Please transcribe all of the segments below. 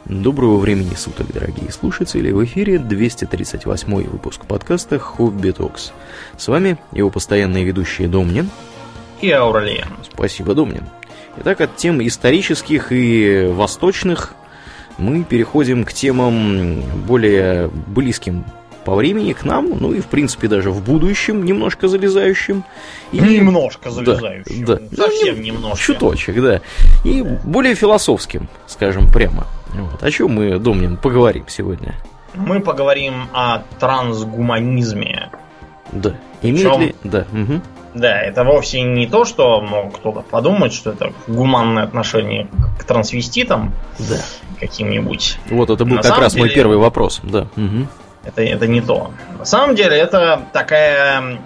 Доброго времени суток, дорогие слушатели! В эфире 238-й выпуск подкаста «Хобби Токс». С вами его постоянные ведущие Домнин и Аурелиан. Спасибо, Домнин. Итак, от тем исторических и восточных мы переходим к темам более близким по времени к нам, ну и в принципе даже в будущем немножко залезающим. И... Немножко залезающим. Да. Совсем немножко. Чуточек, да. И более философским, скажем прямо. Вот. О чем мы, Домнин, поговорим сегодня? Мы поговорим о трансгуманизме. Да. Имеет ли... Да. Угу. Да, это вовсе не то, что мог кто-то подумать, что это гуманное отношение к трансвеститам, да, каким-нибудь. Вот это был как раз мой первый вопрос. Да. Угу. Это не то. На самом деле это такая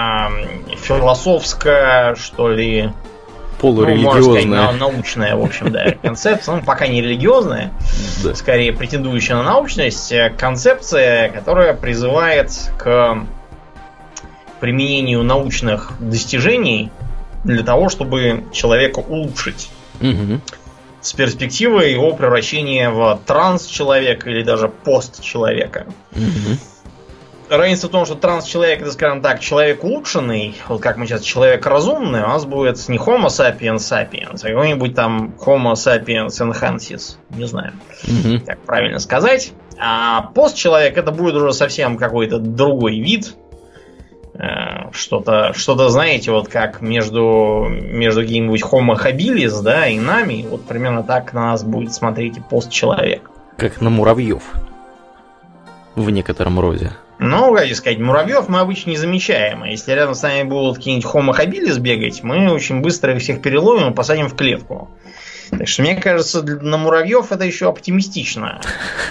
философская, что ли, полурелигиозная, можно сказать, научная, в общем, да, концепция. Ну, пока не религиозная, да, скорее претендующая на научность. Концепция, которая призывает к применению научных достижений для того, чтобы человека улучшить. Угу. С перспективой его превращения в транс-человека или даже пост-человека. Угу. Разница в том, что транс-человек, это, скажем так, человек улучшенный, вот как мы сейчас человек разумный, у нас будет не Homo sapiens sapiens, а какой-нибудь там Homo sapiens enhansis, не знаю, как правильно сказать. А пост-человек это будет уже совсем какой-то другой вид. Что-то, знаете, вот как между каким-нибудь Homo habilis, да, и нами, вот примерно так на нас будет смотреть и пост-человек. Как на муравьев. В некотором роде. Ну, как сказать, муравьев мы обычно не замечаем. А если рядом с нами будут какие-нибудь Homo habilis бегать, мы очень быстро их всех переловим и посадим в клетку. Так что, мне кажется, на муравьев это еще оптимистично.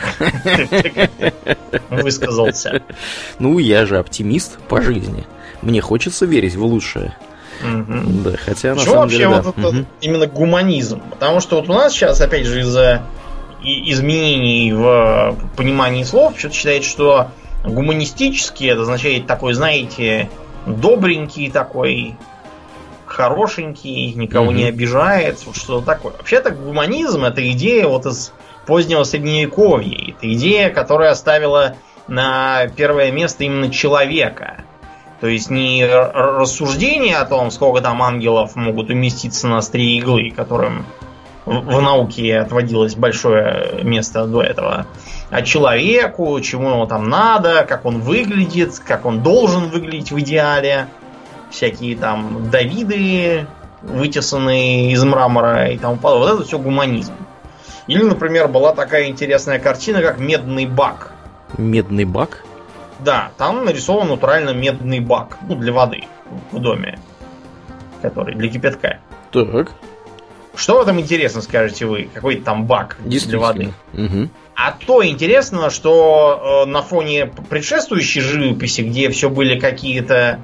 Ты высказался. Ну, я же оптимист по жизни. Мне хочется верить в лучшее. Да, хотя на самом деле, да. Вот это именно гуманизм? Потому что вот у нас сейчас, опять же, из-за изменений в понимании слов, что-то считает, что гуманистический это означает такой, знаете, добренький такой, хорошенький, никого не обижает, вот что-то такое. Вообще-то гуманизм это идея вот из позднего средневековья. Это идея, которая ставила на первое место именно человека. То есть не рассуждение о том, сколько там ангелов могут уместиться на острие иглы, которым в науке отводилось большое место до этого, а человеку, чему ему там надо, как он выглядит, как он должен выглядеть в идеале. Всякие там Давиды, вытесанные из мрамора и тому подобное. Вот это все гуманизм. Или, например, была такая интересная картина, как медный бак. Медный бак? Да, там нарисован натурально медный бак. Ну, для воды в доме. Который для кипятка. Так. Что в этом интересно, скажете вы? Какой-то там бак для воды. Угу. А то интересно, что на фоне предшествующей живописи, где все были какие-то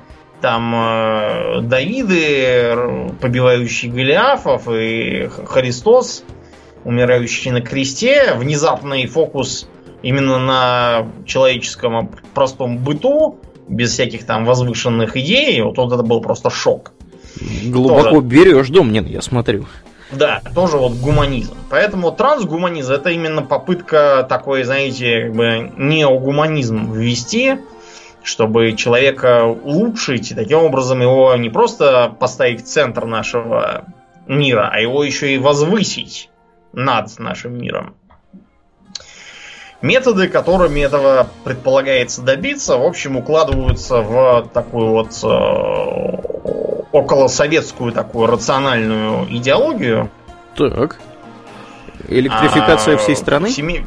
там Давиды, побивающие Голиафов, и Христос, умирающий на кресте, внезапный фокус именно на человеческом простом быту, без всяких там возвышенных идей, вот это был просто шок. Глубоко тоже берешь, Домнин, я смотрю. Да, тоже вот гуманизм. Поэтому трансгуманизм это именно попытка такой, знаете, как бы неогуманизм ввести, чтобы человека улучшить, и таким образом его не просто поставить в центр нашего мира, а его еще и возвысить над нашим миром. Методы, которыми этого предполагается добиться, в общем, укладываются в такую вот околосоветскую такую рациональную идеологию. Так. Электрификация всей страны?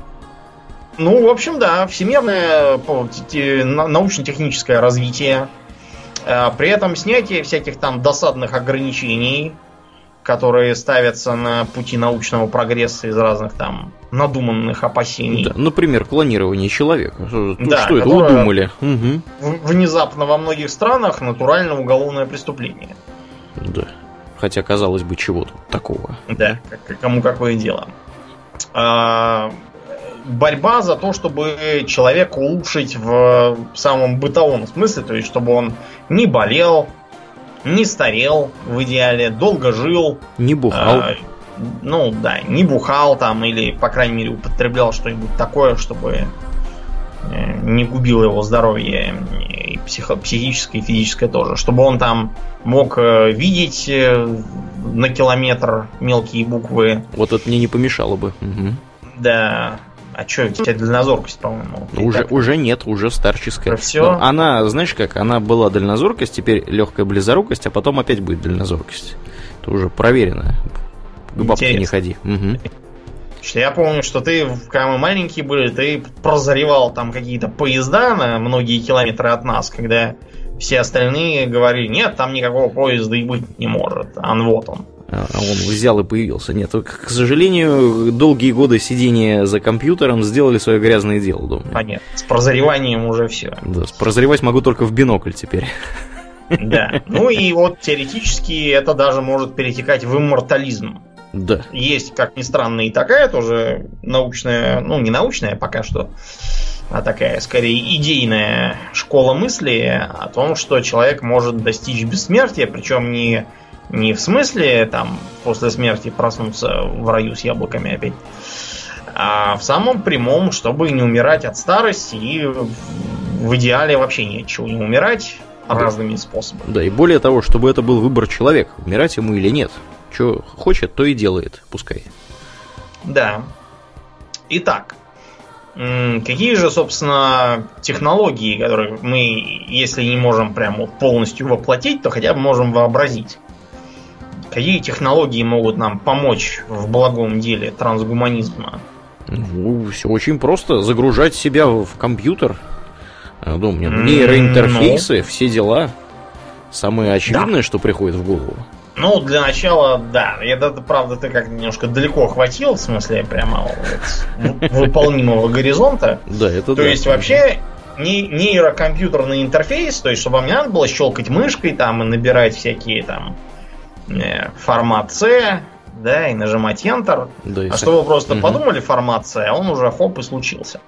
Ну, в общем, да. Всемирное научно-техническое развитие. При этом снятие всяких там досадных ограничений, которые ставятся на пути научного прогресса из разных там надуманных опасений. Да, например, клонирование человека. Да, что это удумали? Внезапно во многих странах натурально уголовное преступление. Да. Хотя, казалось бы, чего тут такого. Да, кому какое дело. Борьба за то, чтобы человека улучшить в самом бытовом смысле, то есть чтобы он не болел, не старел в идеале, долго жил, не бухал, ну да, не бухал там или, по крайней мере, употреблял что-нибудь такое, чтобы не губило его здоровье и психическое, и физическое тоже. Чтобы он там мог видеть на километр мелкие буквы. Вот это мне не помешало бы. Угу. Да. А что, у тебя дальнозоркость, по-моему? Уже нет, уже старческая. Все. Она, знаешь как, она была дальнозоркость, теперь легкая близорукость, а потом опять будет дальнозоркость. Это уже проверено. К бабке не ходи. Угу. Я помню, что ты, когда мы маленькие были, ты прозревал там какие-то поезда на многие километры от нас, когда все остальные говорили, нет, там никакого поезда и быть не может. А вот он. А он взял и появился. Нет, к сожалению, долгие годы сидения за компьютером сделали свое грязное дело, думаю. Понятно. С прозреванием уже все. Да, прозревать могу только в бинокль теперь. Да. Ну и вот теоретически это даже может перетекать в иммортализм. Да. Есть, как ни странно, и такая тоже научная, ну не научная пока что, а такая, скорее, идейная школа мысли о том, что человек может достичь бессмертия, причем не в смысле там после смерти проснуться в раю с яблоками опять, а в самом прямом, чтобы не умирать от старости и в идеале вообще ни от чего не умирать разными способами. Да, и более того, чтобы это был выбор человека, умирать ему или нет. Что хочет, то и делает, пускай. Да. Итак, какие же, собственно, технологии, которые мы, если не можем прямо полностью воплотить, то хотя бы можем вообразить? Какие технологии могут нам помочь в благом деле трансгуманизма? Ну, все очень просто. Загружать себя в компьютер. Думаю, нейроинтерфейсы, все дела. Самое очевидное, что приходит в голову. Ну, для начала, да. Это, правда, ты как немножко далеко хватил, в смысле, прямо вот, выполнимого горизонта. Да, это то есть, вообще, нейрокомпьютерный интерфейс, то есть, чтобы вам не надо было щелкать мышкой там и набирать всякие там формат C, да, и нажимать Enter. Да, а чтобы вы просто подумали формат C, а он уже хоп и случился.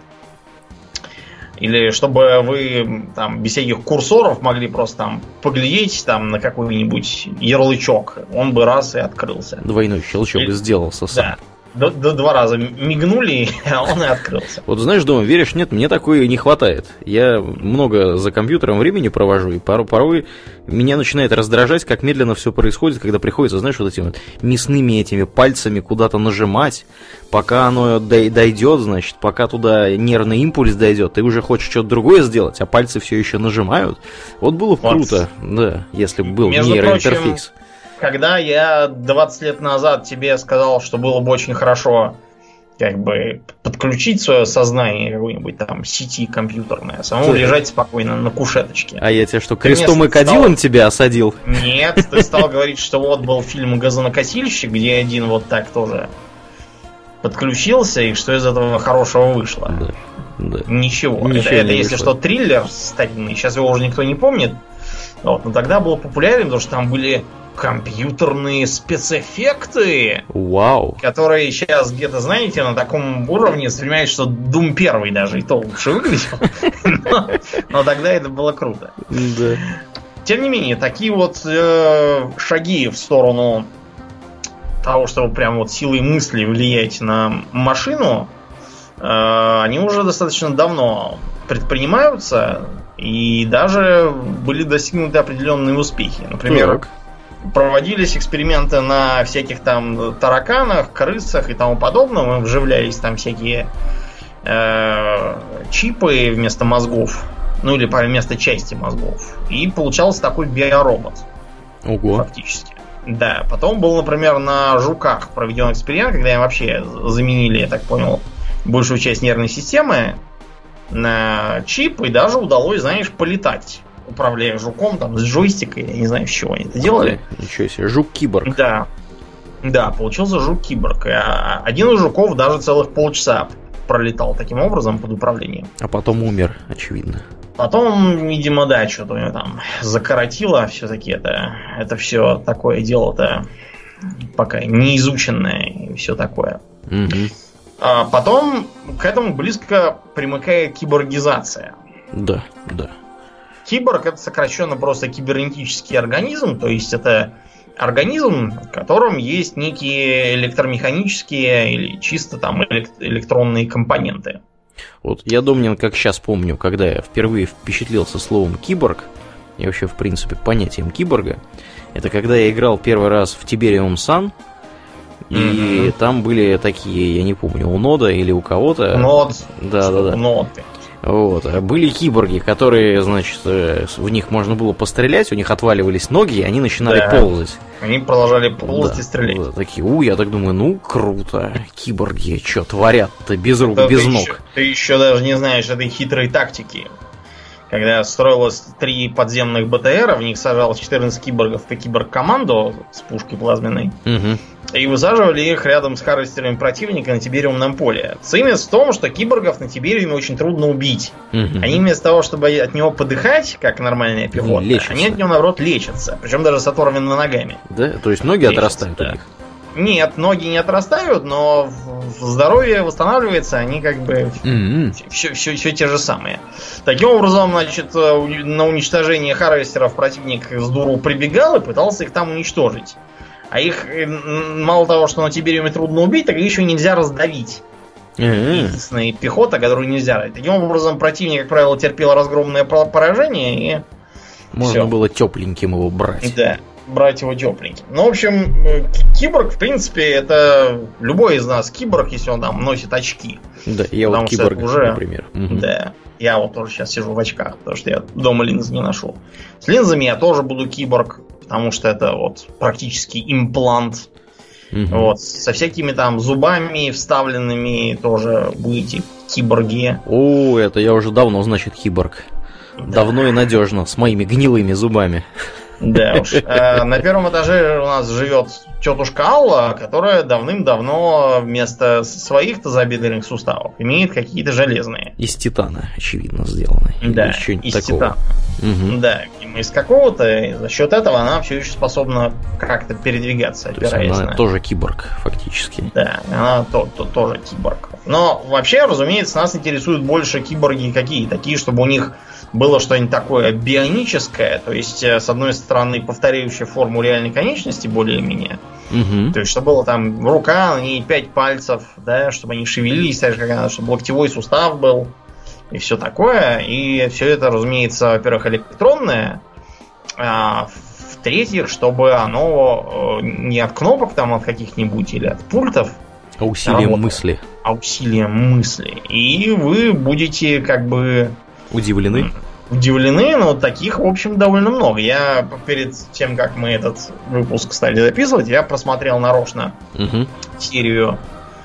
Или чтобы вы там без всяких курсоров могли просто там поглядеть там на какой-нибудь ярлычок, он бы раз и открылся. Двойной щелчок и сделался сам. Да. Два раза мигнули, а он и открылся. Вот знаешь, думаю, веришь, нет, мне такое не хватает. Я много за компьютером времени провожу, и порой меня начинает раздражать, как медленно все происходит, когда приходится, знаешь, вот этими вот мясными этими пальцами куда-то нажимать, пока оно дойдет, значит, пока туда нервный импульс дойдет, ты уже хочешь что-то другое сделать, а пальцы все еще нажимают. Вот было бы круто, да, если бы был нейроинтерфейс. Когда я 20 лет назад тебе сказал, что было бы очень хорошо как бы подключить свое сознание какой-нибудь там сети компьютерной, а самому лежать спокойно на кушеточке. А я тебе что, крестом и кадилом тебя осадил? Нет, ты стал говорить, что вот был фильм «Газонокосильщик», где один вот так тоже подключился, и что из этого хорошего вышло. Да. Ничего. Это если что, триллер старинный, сейчас его уже никто не помнит. Вот, но тогда был популярен, потому что там были компьютерные спецэффекты, которые сейчас где-то, знаете, на таком уровне воспринимают, что Doom 1 даже и то лучше выглядел. Но тогда это было круто. Тем не менее, такие вот шаги в сторону того, чтобы прям вот силой мысли влиять на машину, они уже достаточно давно предпринимаются, и даже были достигнуты определенные успехи. Например, проводились эксперименты на всяких там тараканах, крысах и тому подобном. Вживлялись там всякие чипы вместо мозгов. Ну или вместо части мозгов. И получался такой биоробот. Ого. Фактически. Да. Потом был, например, на жуках проведен эксперимент, когда им вообще заменили, я так понял, большую часть нервной системы на чип, и даже удалось, знаешь, полетать, управляя жуком, там, с джойстика, я не знаю, с чего они это делали. Ничего себе, жук-киборг. Да, получился жук-киборг. Один из жуков даже целых полчаса пролетал таким образом под управлением. А потом умер, очевидно. Потом, видимо, да, что-то у него там закоротило. Все-таки это все такое дело-то пока не изученное и все такое. Угу. А потом к этому близко примыкает киборгизация. Да. Киборг — это сокращенно просто кибернетический организм, то есть это организм, в котором есть некие электромеханические или чисто там электронные компоненты. Вот я, Домнин, как сейчас помню, когда я впервые впечатлился словом «киборг», и вообще, в принципе, понятием киборга, это когда я играл первый раз в Tiberium Sun, и там были такие, я не помню, у Нода или у кого-то... Нод. Да. Ноды. Вот. Были киборги, которые, значит, в них можно было пострелять, у них отваливались ноги, и они начинали ползать. Они продолжали ползать и стрелять. Да, такие, я так думаю, ну, круто, киборги, что творят-то без рук, без ног. Ты еще даже не знаешь этой хитрой тактики. Когда строилось 3 подземных БТРа, в них сажалось 14 киборгов по киборг-команду с пушкой плазменной. И высаживали их рядом с харвестерами противника на Тибериумном поле. Цимис в том, что киборгов на Тибериуме очень трудно убить. Они вместо того, чтобы от него подыхать, как нормальная пехота, они от него, наоборот, лечатся. Причем даже с оторванными ногами. Да? То есть ноги отрастают у них? Нет, ноги не отрастают, но здоровье восстанавливается, они как бы все те же самые. Таким образом, значит, на уничтожение харвестеров противник с дуру прибегал и пытался их там уничтожить. А их мало того, что на Тибериуме трудно убить, так еще нельзя раздавить. Единственная пехота, которую нельзя. Таким образом, противник, как правило, терпел разгромное поражение, и можно было тепленьким его брать. Да, брать его тепленьким. Ну, в общем, киборг, в принципе, это любой из нас киборг, если он там носит очки. Да, я вот киборг, например. Да, я вот тоже сейчас сижу в очках, потому что я дома линз не ношу. С линзами я тоже буду киборг, потому что это вот практически имплант. Вот, со всякими там зубами вставленными тоже будете киборги. О, это я уже давно, значит, киборг. Да. Давно и надежно, с моими гнилыми зубами. Да уж. На первом этаже у нас живет тетушка Алла, которая давным-давно вместо своих тазобедренных суставов имеет какие-то железные. Из титана, очевидно, сделаны. Да, из титана. Да, из какого-то, и за счет этого она все еще способна как-то передвигаться, опираясь на... Она тоже киборг, фактически. Да, она тоже киборг. Но вообще, разумеется, нас интересуют больше киборги какие? Такие, чтобы у них было что-нибудь такое бионическое, то есть, с одной стороны, повторяющее форму реальной конечности более-менее. То есть, чтобы было там рука, на ней 5 пальцев, да, чтобы они шевелились, так же, как надо, чтобы локтевой сустав был. И все такое. И все это, разумеется, во-первых, электронное. А в-третьих, чтобы оно не от кнопок там от каких-нибудь или от пультов. А усилием мысли. А усилием мысли. И вы будете как бы... Удивлены, но таких, в общем, довольно много. Я перед тем, как мы этот выпуск стали записывать, я просмотрел нарочно серию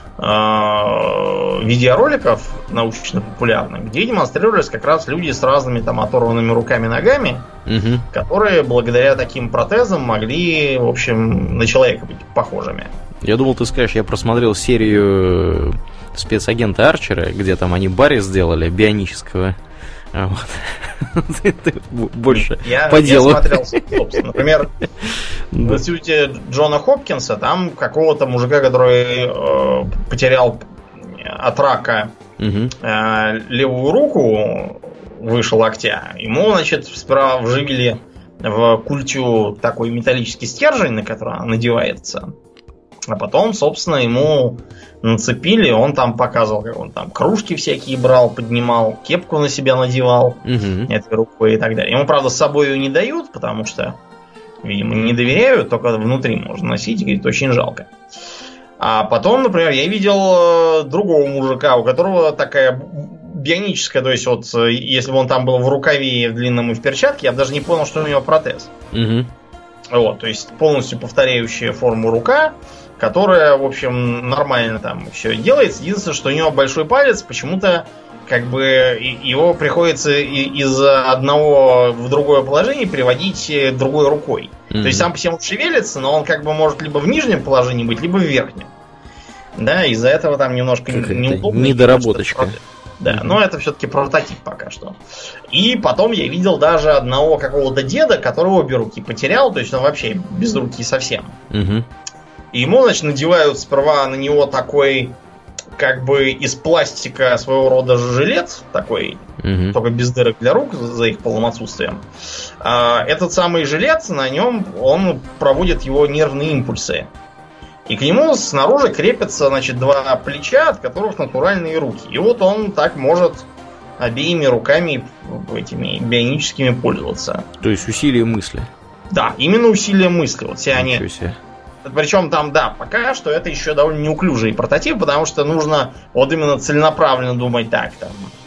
видеороликов научно-популярных, где демонстрировались как раз люди с разными там оторванными руками и ногами, которые благодаря таким протезам могли, в общем, на человека быть похожими. Я думал, ты скажешь, я просмотрел серию спецагента Арчера, где там они Барри сделали, бионического. Вот. Ты больше по делу. Я смотрел, собственно. Например, в институте Джона Хопкинса там какого-то мужика, который потерял от рака левую руку выше локтя. Ему, значит, сперва вживили в культю такой металлический стержень, на который она надевается. А потом, собственно, ему нацепили, он там показывал, как он там кружки всякие брал, поднимал, кепку на себя надевал этой рукой и так далее. Ему, правда, с собой ее не дают, потому что, видимо, не доверяют, только внутри можно носить, и говорит, очень жалко. А потом, например, я видел другого мужика, у которого такая бионическая, то есть вот, если бы он там был в рукаве, в длинном и в перчатке, я бы даже не понял, что у него протез. Вот, то есть полностью повторяющая форму рука, которая, в общем, нормально там все делает. Единственное, что у него большой палец, почему-то как бы его приходится из одного в другое положение переводить другой рукой. То есть сам по себе он шевелится, но он как бы может либо в нижнем положении быть, либо в верхнем. Да, из-за этого там немножко неудобно. Недоработочка. Да, но это все-таки прототип пока что. И потом я видел даже одного какого-то деда, которого обе руки потерял, то есть он вообще без руки совсем. И ему, значит, надевают сперва на него такой как бы из пластика своего рода жилет такой, только без дырок для рук за их полным отсутствием. Этот самый жилет, на нем он проводит его нервные импульсы. И к нему снаружи крепятся, значит, два плеча, от которых натуральные руки. И вот он так может обеими руками этими бионическими пользоваться. То есть усилие мысли. Да, именно усилие мысли. Вот все они... Себе. Причем там, да, пока что это еще довольно неуклюжий прототип, потому что нужно вот именно целенаправленно думать так, там,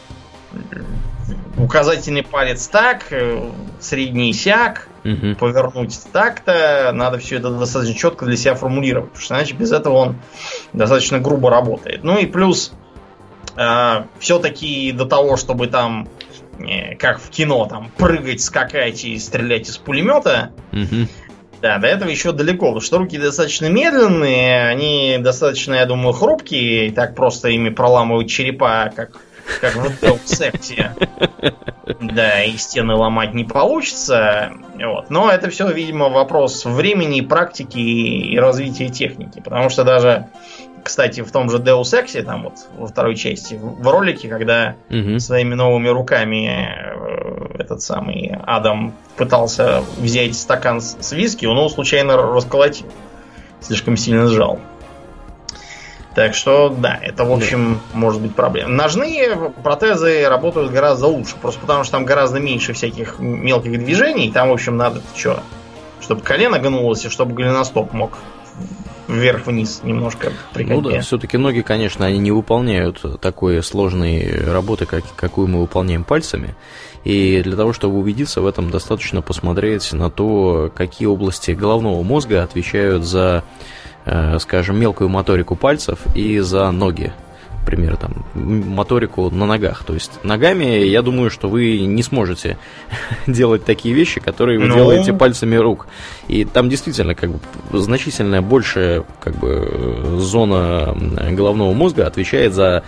указательный палец так, средний сяк, повернуть так-то, надо все это достаточно четко для себя формулировать, потому что иначе без этого он достаточно грубо работает. Ну и плюс, все-таки до того, чтобы там, как в кино, там, прыгать, скакать и стрелять из пулемета, да, до этого еще далеко, потому что руки достаточно медленные, они достаточно, я думаю, хрупкие, и так просто ими проламывать черепа, как в Deus Ex. Да, и стены ломать не получится. Вот. Но это все, видимо, вопрос времени, практики и развития техники. Потому что даже, кстати, в том же Deus Ex, там вот во второй части, в ролике, когда своими новыми руками этот самый Адам пытался взять стакан с виски, он его случайно расколотил. Слишком сильно сжал. Так что, да, это, в общем, может быть проблема. Ножные протезы работают гораздо лучше, просто потому что там гораздо меньше всяких мелких движений. Там, в общем, надо что? Чтобы колено гнулось, и чтобы голеностоп мог вверх-вниз немножко прикатить. Ну да, все-таки ноги, конечно, они не выполняют такой сложной работы, какую мы выполняем пальцами. И для того, чтобы убедиться в этом, достаточно посмотреть на то, какие области головного мозга отвечают за, скажем, мелкую моторику пальцев и за ноги. Например, там, моторику на ногах. То есть ногами, я думаю, что вы не сможете делать такие вещи, которые вы делаете пальцами рук. И там действительно как бы значительно большая как бы зона головного мозга отвечает за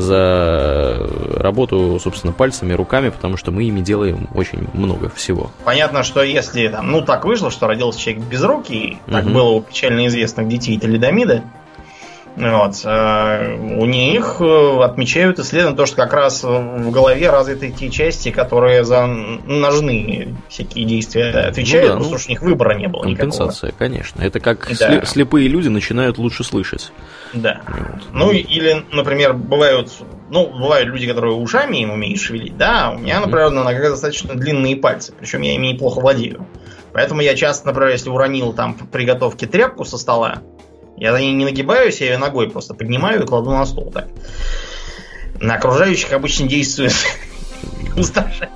работу, собственно, пальцами, руками, потому что мы ими делаем очень много всего. Понятно, что если там, ну так вышло, что родился человек без рук, и так было у печально известных детей талидомида, вот, у них отмечают исследования то, что как раз в голове развиты те части, которые за ножные всякие действия отвечают, потому что у них выбора не было компенсация, никакого. Конечно. Это как слепые люди начинают лучше слышать. Да. Вот. Ну, или, например, бывают люди, которые ушами им умеют шевелить, да, у меня, например, на ногах достаточно длинные пальцы, причем я ими неплохо владею. Поэтому я часто, например, если уронил там при готовке тряпку со стола, я за ней не нагибаюсь, я ее ногой просто поднимаю и кладу на стол. Так. На окружающих обычно действует устрашающе.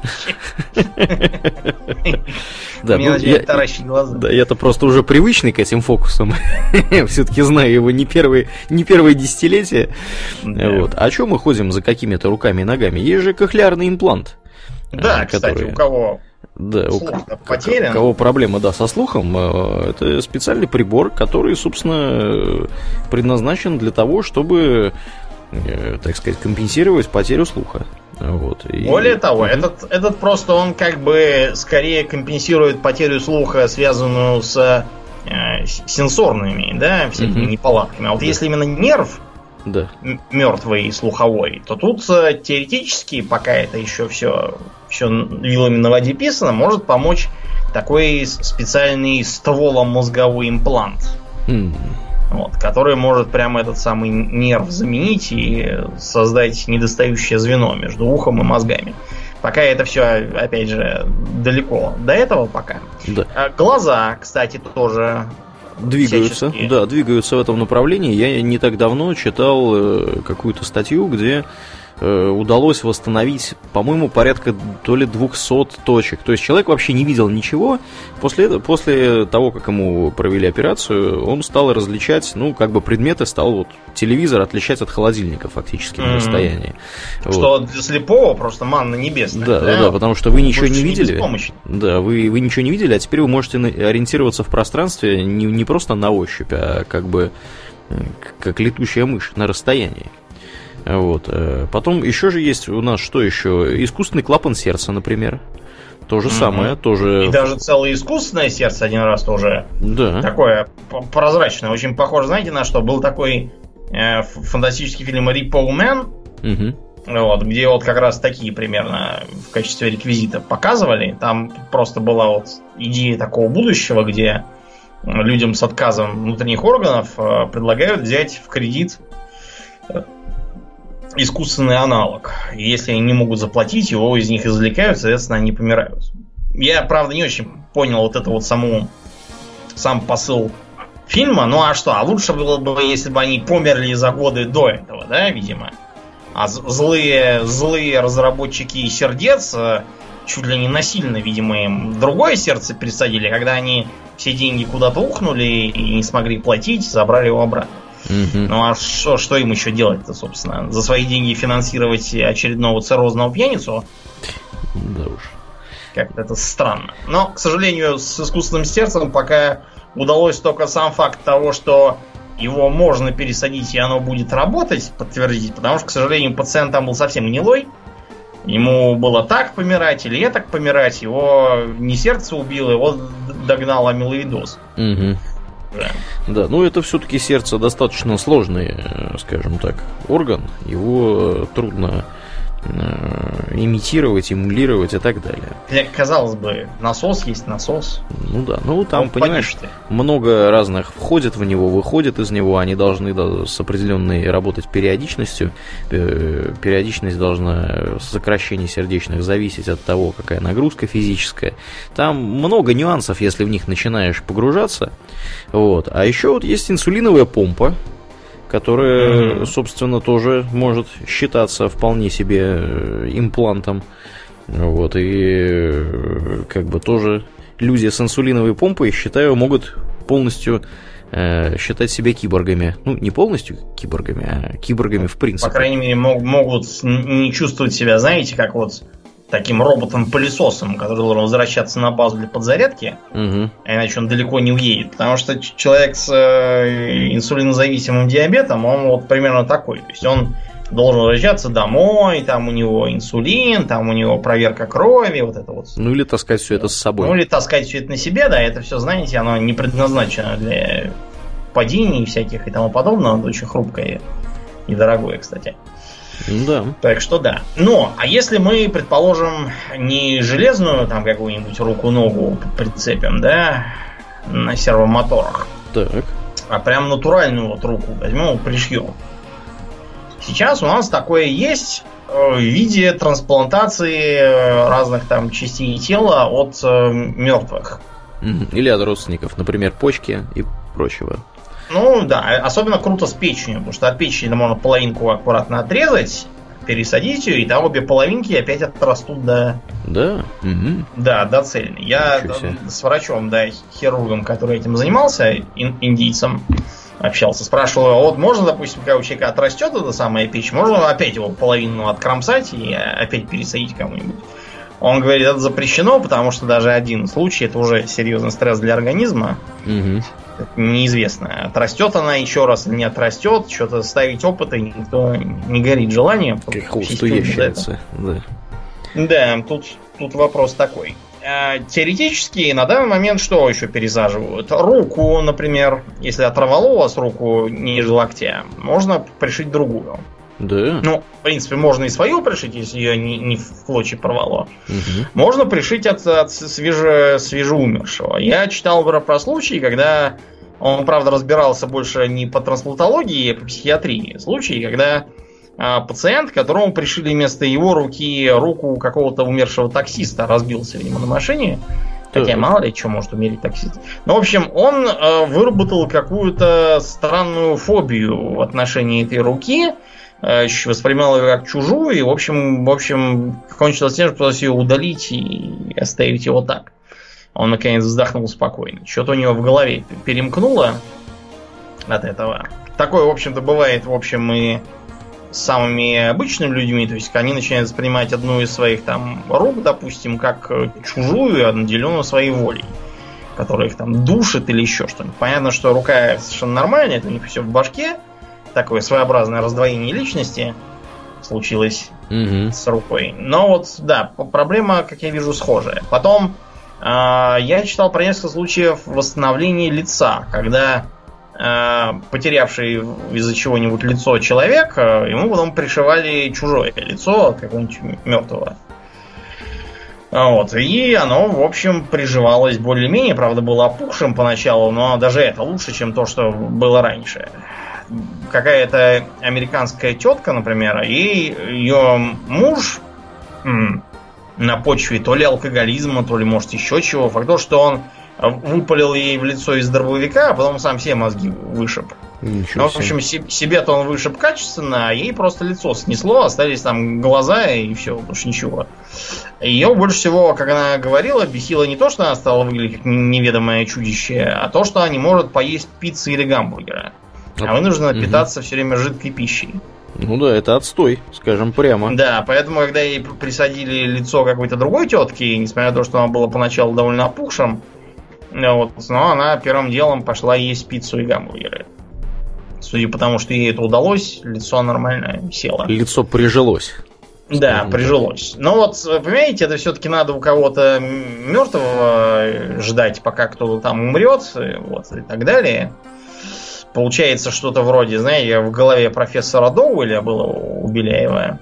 Мне начинает таращить глаза. Да, я-то просто уже привычный к этим фокусам. Все-таки знаю его не первое десятилетие. А что мы ходим за какими-то руками и ногами? Есть же кохлеарный имплант. Да, кстати, у кого... Да, у кого проблема, со слухом, это специальный прибор, который, собственно, предназначен для того, чтобы, так сказать, компенсировать потерю слуха. Вот. Более того, этот просто он как бы скорее компенсирует потерю слуха, связанную с сенсорными, да, всякими неполадками. А вот если именно нерв мертвый слуховой, то тут теоретически, пока это еще все вилами на воде писано, может помочь такой специальный стволомозговой имплант, вот, который может прямо этот самый нерв заменить и создать недостающее звено между ухом и мозгами. Пока это все, опять же, далеко до этого пока. Да. Глаза, кстати, тоже двигаются, двигаются в этом направлении. Я не так давно читал какую-то статью, где удалось восстановить, по-моему, порядка то ли 200 точек. То есть человек вообще не видел ничего. После того, как ему провели операцию, он стал различать, предметы, стал телевизор отличать от холодильника фактически на расстоянии. Что для слепого просто манна небесная. Да, потому что вы ничего не видели. Да, вы ничего не видели, а теперь вы можете ориентироваться в пространстве не просто на ощупь, а как летучая мышь на расстоянии. Вот. Потом еще же есть у нас что еще? Искусственный клапан сердца, например. То же самое, тоже. И даже целое искусственное сердце один раз тоже такое прозрачное. Очень похоже, знаете, на что? Был такой фантастический фильм Repo Man, вот, где вот как раз такие примерно в качестве реквизита показывали. Там просто была вот идея такого будущего, где людям с отказом внутренних органов предлагают взять в кредит искусственный аналог. И если они не могут заплатить, его из них извлекают, соответственно, они помирают. Я, правда, не очень понял вот это вот сам посыл фильма. Ну а что? А лучше было бы, если бы они померли за годы до этого, да, видимо. А злые разработчики сердец чуть ли не насильно, видимо, им другое сердце пересадили, когда они все деньги куда-то ухнули и не смогли платить, забрали его обратно. Ну а что им еще делать-то, собственно? За свои деньги финансировать очередного циррозного пьяницу? Да уж. Как-то это странно. Но, к сожалению, с искусственным сердцем пока удалось только сам факт того, что его можно пересадить и оно будет работать, подтвердить, потому что, к сожалению, пациент там был совсем гнилой. Ему было так помирать или так помирать. Его не сердце убило, его догнал амилоидоз. Да, ну это все-таки сердце достаточно сложный, скажем так, орган. Его трудно имитировать, эмулировать и так далее. Казалось бы, насос есть насос. Ну да, ну там, понимаешь, много разных входит в него, выходит из него. Они должны с определенной работать периодичностью. Периодичность должна, сокращение сердечных, зависеть от того, какая нагрузка физическая. Там много нюансов, если в них начинаешь погружаться. Вот. А еще вот есть инсулиновая помпа, которая, собственно, тоже может считаться вполне себе имплантом. Вот, и как бы тоже люди с инсулиновой помпой, считаю, могут полностью считать себя киборгами. Ну, не полностью киборгами, а киборгами в принципе. По крайней мере, могут не чувствовать себя, знаете, как вот таким роботом-пылесосом, который должен возвращаться на базу для подзарядки, иначе он далеко не уедет. Потому что человек с инсулинозависимым диабетом, он вот примерно такой. То есть он должен возвращаться домой, там у него инсулин, там у него проверка крови, вот это вот. Ну или таскать все это с собой. Ну или таскать все это на себе, да, это все, знаете, оно не предназначено для падений всяких и тому подобного, оно очень хрупкое и дорогое, кстати. Да. Так что да. Но, а если мы, предположим, не железную там какую-нибудь руку-ногу прицепим, да, на сервомоторах, так, а прям натуральную вот руку возьмем и пришьем. Сейчас у нас такое есть в виде трансплантации разных там частей тела от мертвых. Или от родственников, например, почки и прочего. Ну да, особенно круто с печенью, потому что от печени можно половинку аккуратно отрезать, пересадить ее, и там обе половинки опять отрастут до... Да? Да, до цельной. Я с врачом, да, хирургом, который этим занимался, индийцем, общался, спрашивал, а вот можно, допустим, когда у человека отрастет эта самая печень, можно опять его половину откромсать и опять пересадить кому-нибудь? Он говорит, это запрещено, потому что даже один случай, это уже серьезный стресс для организма. Неизвестно, отрастет она еще раз или не отрастет. Что-то ставить опыты никто не горит желанием. Как хвосту ящерицы. Да, тут вопрос такой. Теоретически на данный момент что еще пересаживают? Руку, например. Если оторвало у вас руку ниже локтя, можно пришить другую. Да. Ну, в принципе, можно и свою пришить, если ее не в клочья порвало. Можно пришить от свежеумершего. Я читал про случаи, когда он, правда, разбирался больше не по трансплантологии, а по психиатрии. Случаи, когда пациент, которому пришили вместо его руки руку какого-то умершего таксиста, разбился, видимо, на машине. Хотя мало ли что может умереть таксист. Ну, в общем, он выработал какую-то странную фобию в отношении этой руки. Воспринимал ее как чужую, и, в общем, кончилось тем, что пытался ее удалить и оставить его так. Он, наконец, вздохнул спокойно. Что-то у него в голове перемкнуло от этого. Такое, в общем-то, бывает, в общем, и с самыми обычными людьми. То есть, они начинают воспринимать одну из своих там рук, допустим, как чужую, наделенную своей волей, которая их там душит или еще что-нибудь. Понятно, что рука совершенно нормальная, это у них все в башке. Такое своеобразное раздвоение личности случилось с рукой. Но вот, да, проблема, как я вижу, схожая. Потом я читал про несколько случаев восстановления лица, когда потерявший из-за чего-нибудь лицо человек, ему потом пришивали чужое лицо какого-нибудь мертвого. Вот. И оно, в общем, приживалось более-менее. Правда, было опухшим поначалу, но даже это лучше, чем то, что было раньше. Какая-то американская тетка, например, и ее муж на почве то ли алкоголизма, то ли, может, еще чего. Факт то, что он выпалил ей в лицо из дробовика, а потом сам все мозги вышиб. Ну, в общем, себе-то он вышиб качественно, а ей просто лицо снесло, остались там глаза и все, больше ничего. Ее больше всего, как она говорила, бесило не то, что она стала выглядеть как неведомое чудище, а то, что она не может поесть пиццы или гамбургера. А вынуждена питаться все время жидкой пищей. Ну да, это отстой, скажем прямо. Да, поэтому, когда ей присадили лицо какой-то другой тетки, несмотря на то, что оно было поначалу довольно опухшим, вот, но она первым делом пошла есть пиццу и гамбургеры. Судя по тому, что ей это удалось, лицо нормально село. Лицо прижилось. Да, прижилось. Но вот, понимаете, это все-таки надо у кого-то мертвого ждать, пока кто-то там умрет, вот, и так далее. Получается что-то вроде, знаете, в голове профессора Доуэля было у Беляева.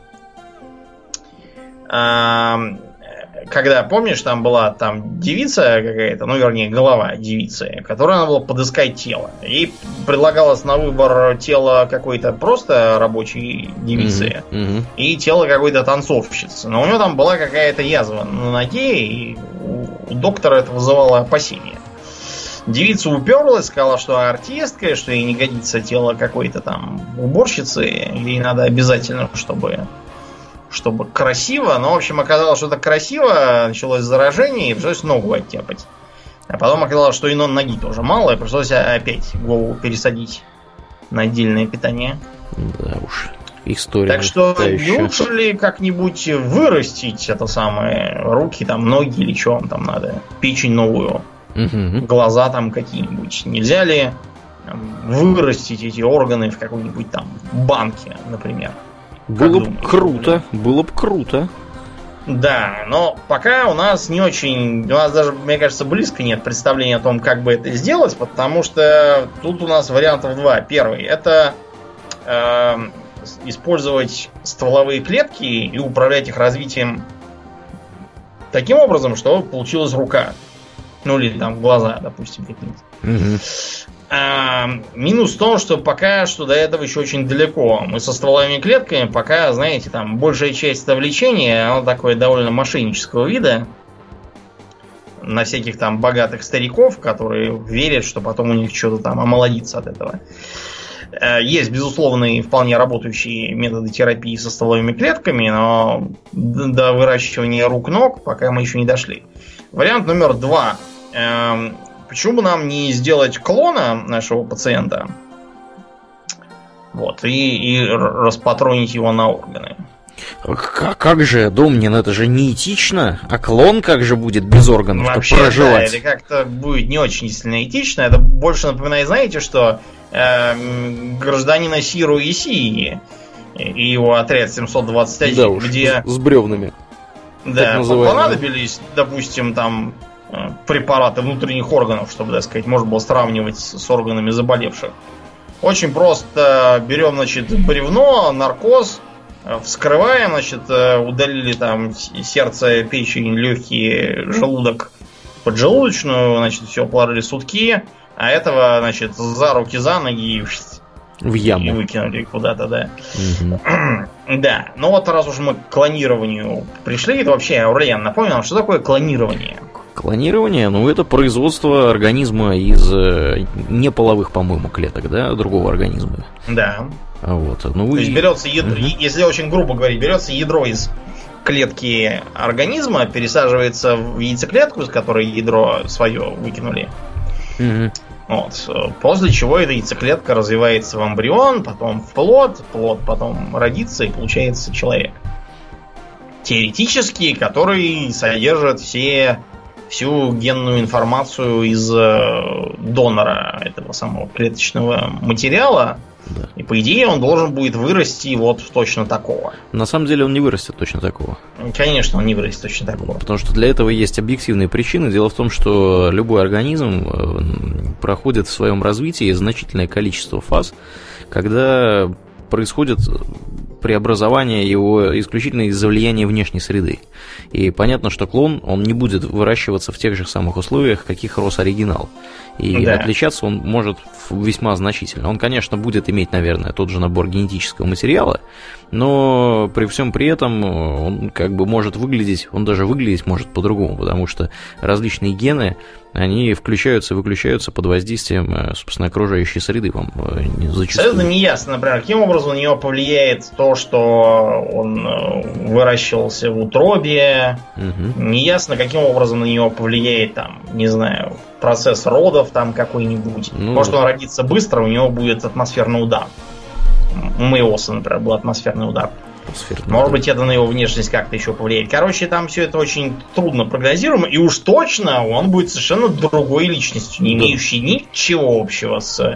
Когда, помнишь, там была там девица какая-то, ну, вернее, голова девицы, которой надо было подыскать тело. Ей предлагалось на выбор тело какой-то просто рабочей девицы и тело какой-то танцовщицы. Но у нее там была какая-то язва на ноге, и у доктора это вызывало опасения. Девица уперлась, сказала, что артистка, что ей не годится тело какой-то там уборщицы, ей надо обязательно, чтобы красиво, но, в общем, оказалось, что это красиво, началось заражение, и пришлось ногу оттяпать. А потом оказалось, что и ноги тоже мало, и пришлось опять голову пересадить на отдельное питание. Да уж, история. Так что не лучше ли как-нибудь вырастить это самое, руки, там, ноги или что вам там надо, печень новую, глаза там какие-нибудь. Нельзя ли вырастить эти органы в какой-нибудь там банке, например? Было бы круто, было бы круто. Да, но пока у нас не очень, у нас даже, мне кажется, близко нет представления о том, как бы это сделать, потому что тут у нас вариантов два. Первый — это использовать стволовые клетки и управлять их развитием таким образом, чтобы получилась рука. Ну или там глаза, допустим, какие-нибудь. Минус в том, что пока что до этого еще очень далеко. Мы со стволовыми клетками пока, знаете, там большая часть этого лечения, оно такое довольно мошеннического вида. На всяких там богатых стариков, которые верят, что потом у них что-то там омолодится от этого. Есть, безусловно, и вполне работающие методы терапии со стволовыми клетками, но до выращивания рук-ног пока мы еще не дошли. Вариант номер 2. Почему бы нам не сделать клона нашего пациента? Вот, и распатронить его на органы. Как же, Домнин, это же неэтично. А клон как же будет без органов проживать? Да, это как-то будет не очень сильно этично. Это больше напоминает, знаете, что гражданина Сиру Исии и его отряд 721, да уж, где с бревнами. Да, понадобились, допустим, там препараты внутренних органов, чтобы, так сказать, можно было сравнивать с органами заболевших. Очень просто берем, значит, бревно, наркоз, вскрываем, значит, удалили там сердце, печень, легкие, желудок, поджелудочную, значит, все положили сутки, а этого, значит, за руки, за ноги в яму. И выкинули куда-то, да. Да, ну вот раз уж мы к клонированию пришли, это вообще, Аурлиан, напомню нам, что такое клонирование? Клонирование, ну, это производство организма из неполовых, по-моему, клеток, да, другого организма. Да. Вот, ну, то есть берется ядро, если очень грубо говорить, берется ядро из клетки организма, пересаживается в яйцеклетку, из которой ядро свое выкинули. Вот. После чего эта яйцеклетка развивается в эмбрион, потом в плод потом родится и получается человек. Теоретически, который содержит всю генную информацию из донора этого самого клеточного материала. Да. И по идее он должен будет вырасти вот точно такого. На самом деле он не вырастет точно такого. Конечно, он не вырастет точно такого. Потому что для этого есть объективные причины. Дело в том, что любой организм проходит в своем развитии значительное количество фаз, когда происходит преобразование его исключительно из-за влияния внешней среды. И понятно, что клон, он не будет выращиваться в тех же самых условиях, в каких рос оригинал. И отличаться он может весьма значительно. Он, конечно, будет иметь, наверное, тот же набор генетического материала, но при всем при этом он как бы может выглядеть, он даже выглядеть может по-другому, потому что различные гены, они включаются и выключаются под воздействием, собственно, окружающей среды. Вам зачастую... Абсолютно неясно, например, каким образом на него повлияет то, что он выращивался в утробе. Неясно, каким образом на него повлияет, там, не знаю, процесс родов там какой-нибудь. Может, он родится быстро, у него будет атмосферный удар. У Мейоса, например, был атмосферный удар. Может быть, это на его внешность как-то еще повлияет. Короче, там все это очень трудно прогнозируемо, и уж точно он будет совершенно другой личностью, не имеющей ничего общего с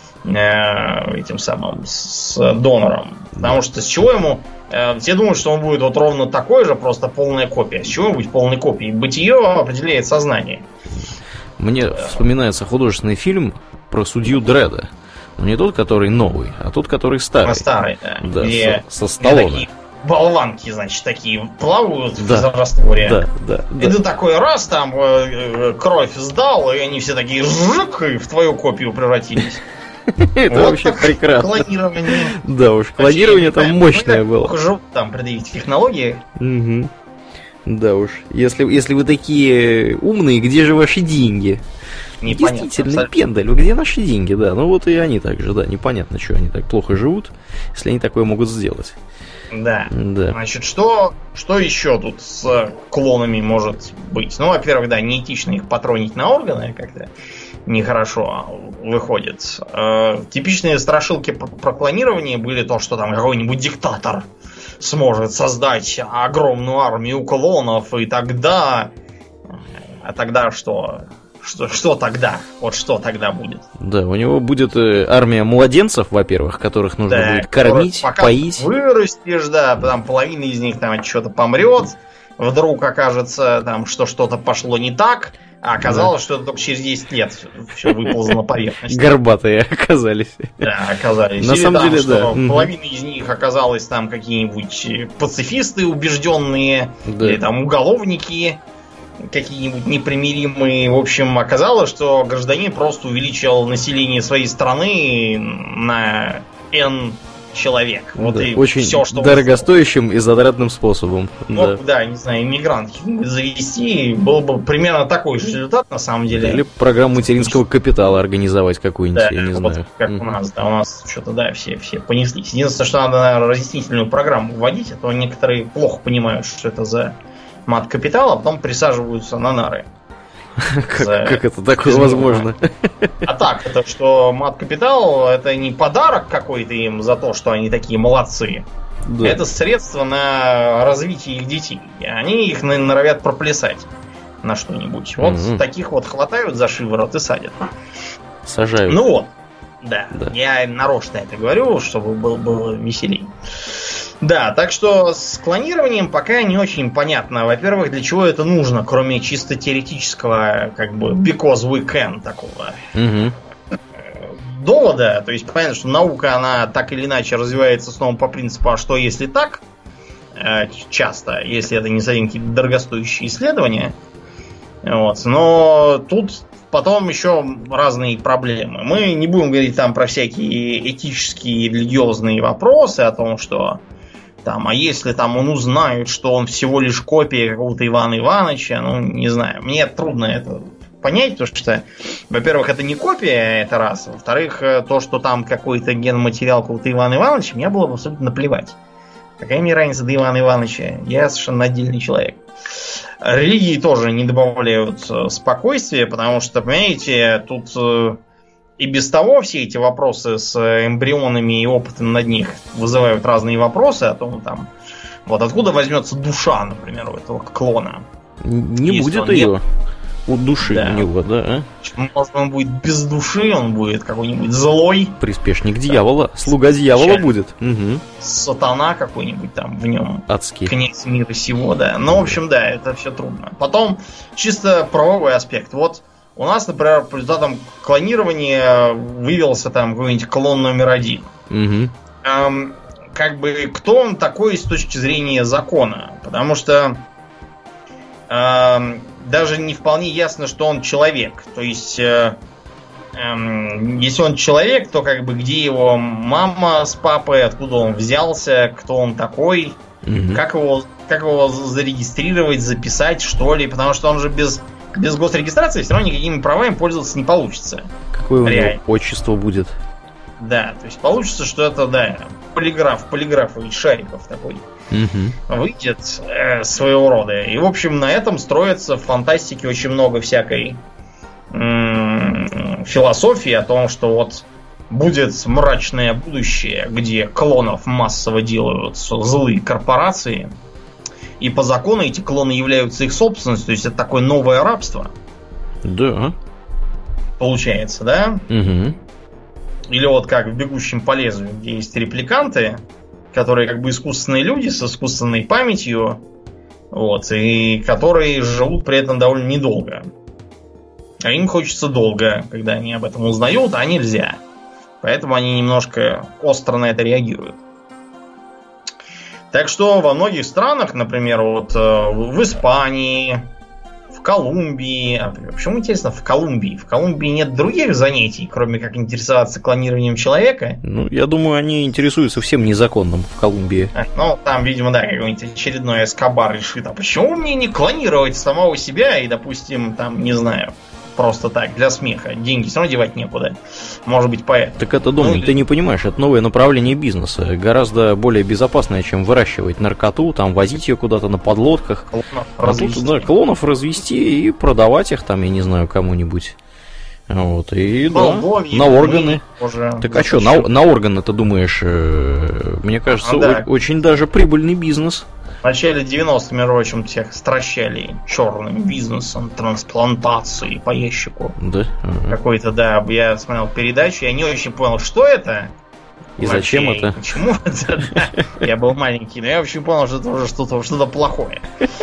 этим самым, с донором. Потому что с чего ему... Все думают, что он будет вот ровно такой же, просто полная копия. С чего ему быть полной копией? Бытие определяет сознание. Мне вспоминается художественный фильм про судью Дредда. Не тот, который новый, а тот, который старый. А старый, да. Да, где, со Сталлоне. Такие болванки, значит, такие плавают в растворе. Да. И ты такой раз там кровь сдал, и они все такие жик, и в твою копию превратились. Это вообще прекрасно. Клонирование. Да уж, клонирование там мощное было. Живут там при таких технологиях. Да уж. Если вы такие умные, где же ваши деньги? Непонятно. Действительно, пендаль, где наши деньги, да. Ну вот и они также, да. Непонятно, что они так плохо живут, если они такое могут сделать. Да. Значит, что еще тут с клонами может быть? Ну, во-первых, да, неэтично их патронить на органы как-то нехорошо выходит. Типичные страшилки про клонирование были то, что там какой-нибудь диктатор сможет создать огромную армию клонов, и тогда... А тогда что? Что тогда? Вот что тогда будет? Да, у него будет армия младенцев, во-первых, которых нужно будет кормить, пока поить. Вырастешь, да, там половина из них там что-то помрет, вдруг окажется там, что что-то пошло не так, а оказалось, что это только через 10 лет все выползло на поверхность. Горбатые оказались. Да, оказались. На самом деле, да. Половина из них оказалась там какие-нибудь пацифисты убежденные, или там уголовники какие-нибудь непримиримые. В общем, оказалось, что гражданин просто увеличил население своей страны на N человек. Вот и очень все, что дорогостоящим и затратным способом. Да, не знаю, иммигрант завести, был бы примерно такой же результат, на самом деле. Или программу материнского капитала организовать какую-нибудь, я не знаю. Как у нас, да, у нас что-то, да, все понеслись. Единственное, что надо, наверное, разъяснительную программу вводить, а то некоторые плохо понимают, что это за мат-капитал, а потом присаживаются на нары. Как это такое возможно? А так, это что мат-капитал это не подарок какой-то им за то, что они такие молодцы. Да. Это средство на развитие их детей. И они их норовят проплясать на что-нибудь. Вот таких вот хватают за шиворот и садят. Сажают. Ну вот. Да. Я нарочно это говорю, чтобы было веселее. Да, так что с клонированием пока не очень понятно. Во-первых, для чего это нужно, кроме чисто теоретического, как бы, because we can такого довода. То есть понятно, что наука, она так или иначе развивается снова по принципу, а что если так, часто, если это не совсем какие-то дорогостоящие исследования. Вот. Но тут потом еще разные проблемы. Мы не будем говорить там про всякие этические и религиозные вопросы о том, что там, а если там он узнает, что он всего лишь копия какого-то Ивана Ивановича, ну, не знаю, мне трудно это понять, потому что, во-первых, это не копия, это раз. Во-вторых, то, что там какой-то генматериал какого-то Ивана Ивановича, мне было бы абсолютно наплевать. Какая мне разница до Ивана Ивановича? Я совершенно отдельный человек. Религии тоже не добавляют спокойствия, потому что, понимаете, тут и без того все эти вопросы с эмбрионами и опытом над них вызывают разные вопросы о том, там, вот откуда возьмется душа, например, у этого клона. Не будет ее. от души у него, да? Может, он будет без души, он будет какой-нибудь злой. Приспешник дьявола, слуга дьявола будет. Угу. Сатана какой-нибудь там в нем. Адский. Князь мира сего, да. Ну, в общем, да, это все трудно. Потом, чисто правовой аспект. Вот у нас, например, по результатам клонирования вывелся там какой-нибудь клон номер 1. Угу. Как бы, кто он такой с точки зрения закона? Потому что даже не вполне ясно, что он человек. То есть, если он человек, то как бы где его мама с папой, откуда он взялся, кто он такой, как его зарегистрировать, записать, что ли, потому что он же без госрегистрации все равно никакими правами пользоваться не получится. Какое у него отчество будет? Да, то есть получится, что это, да, полиграфовый Шариков такой выйдет своего рода. И, в общем, на этом строится в фантастике очень много всякой философии о том, что вот будет мрачное будущее, где клонов массово делают злые корпорации, и по закону эти клоны являются их собственностью, то есть это такое новое рабство. Да. Получается, да? Угу. Или вот как в «Бегущем по лезвию», где есть репликанты, которые как бы искусственные люди с искусственной памятью, вот, и которые живут при этом довольно недолго. А им хочется долго, когда они об этом узнают, а нельзя. Поэтому они немножко остро на это реагируют. Так что во многих странах, например, вот в Испании, в Колумбии... почему, интересно, в Колумбии? В Колумбии нет других занятий, кроме как интересоваться клонированием человека? Ну, я думаю, они интересуются всем незаконным в Колумбии. Ну, там, видимо, да, какой-нибудь очередной Эскобар решит, а почему мне не клонировать самого себя и, допустим, там, не знаю, просто так, для смеха. Деньги все равно девать некуда. Может быть, поэтому. Так это, Домнин, ты не понимаешь, это новое направление бизнеса. Гораздо более безопасное, чем выращивать наркоту, там, возить ее куда-то на подлодках. Клонов развести и продавать их там, я не знаю, кому-нибудь. Вот, и да, на органы. Так а что, на органы, ты думаешь, мне кажется, очень даже прибыльный бизнес. В начале 90-х, между прочим, всех стращали черным бизнесом трансплантации по ящику. Да? Какой-то, да, я смотрел передачу, я не очень понял, что это. И зачем это? Почему это? Я был маленький, но я вообще понял, что это уже что-то плохое.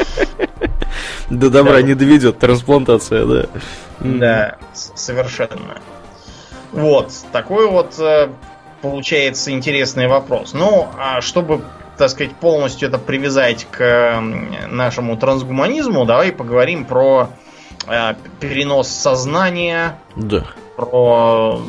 До добра не доведет трансплантация, да. Да, совершенно. Вот, такой вот получается интересный вопрос. Ну, а чтобы, так сказать, полностью это привязать к нашему трансгуманизму, давай поговорим про перенос сознания. Да. Про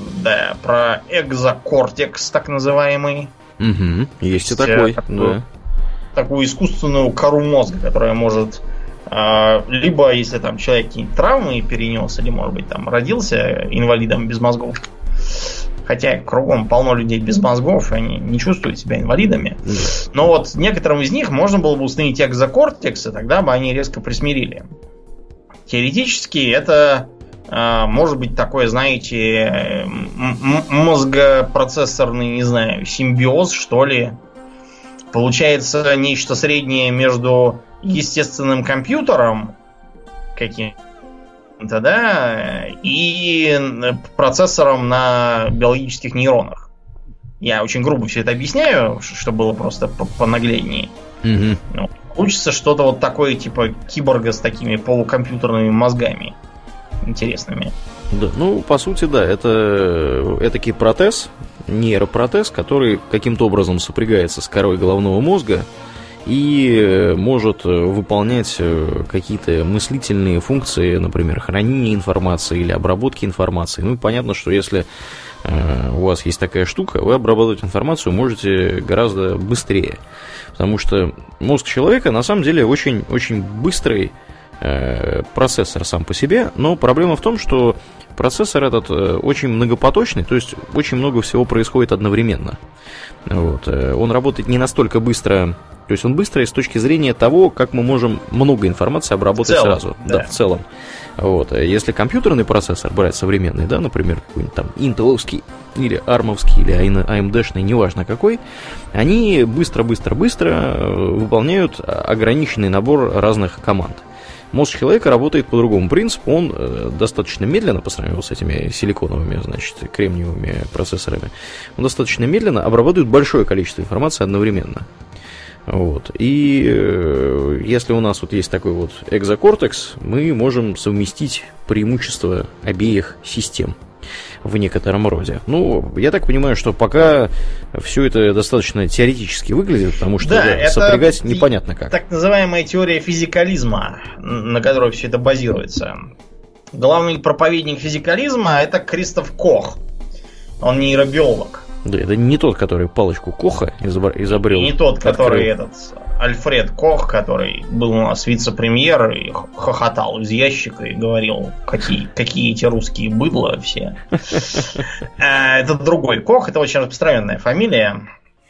экзокортекс, так называемый. Угу, есть и такой, да. Такую искусственную кору мозга, которая может либо, если там человек какие-нибудь травмы перенес, или, может быть, там родился инвалидом без мозгов. Хотя кругом полно людей без мозгов, и они не чувствуют себя инвалидами. Но вот некоторым из них можно было бы установить экзокортекс, и тогда бы они резко присмирили. Теоретически это может быть такой, знаете, мозгопроцессорный, не знаю, симбиоз, что ли. Получается нечто среднее между естественным компьютером каким-то, да, и процессором на биологических нейронах. Я очень грубо все это объясняю, чтобы было просто понагляднее. Mm-hmm. Ну, получится что-то вот такое, типа киборга с такими полукомпьютерными мозгами интересными. Да, ну, по сути, да, это этакий протез, нейропротез, который каким-то образом сопрягается с корой головного мозга и может выполнять какие-то мыслительные функции, например, хранение информации или обработки информации. Ну, понятно, что если у вас есть такая штука, вы обрабатывать информацию можете гораздо быстрее, потому что мозг человека на самом деле очень быстрый процессор сам по себе, но проблема в том, что процессор этот очень многопоточный, то есть очень много всего происходит одновременно. Вот. Он работает не настолько быстро, то есть он быстрый с точки зрения того, как мы можем много информации обработать сразу. Да, в целом. Вот. Если компьютерный процессор брать современный, да, например, какой-нибудь там интеловский или армовский или AMD-шный, неважно какой, они быстро выполняют ограниченный набор разных команд. Мозг человека работает по другому принципу. Он достаточно медленно, по сравнению с этими силиконовыми, значит, кремниевыми процессорами, он достаточно медленно обрабатывает большое количество информации одновременно. Вот. И если у нас вот есть такой вот экзокортекс, мы можем совместить преимущества обеих систем в некотором роде. Ну, я так понимаю, что пока все это достаточно теоретически выглядит, потому что сопрягать непонятно как. Так называемая теория физикализма, на которой все это базируется. Главный проповедник физикализма — это Кристоф Кох. Он нейробиолог. Да, это не тот, который палочку Коха изобрел. И не тот, который Альфред Кох, который был у нас вице-премьер и хохотал из ящика и говорил, какие эти русские быдло все. Это другой Кох, это очень распространенная фамилия.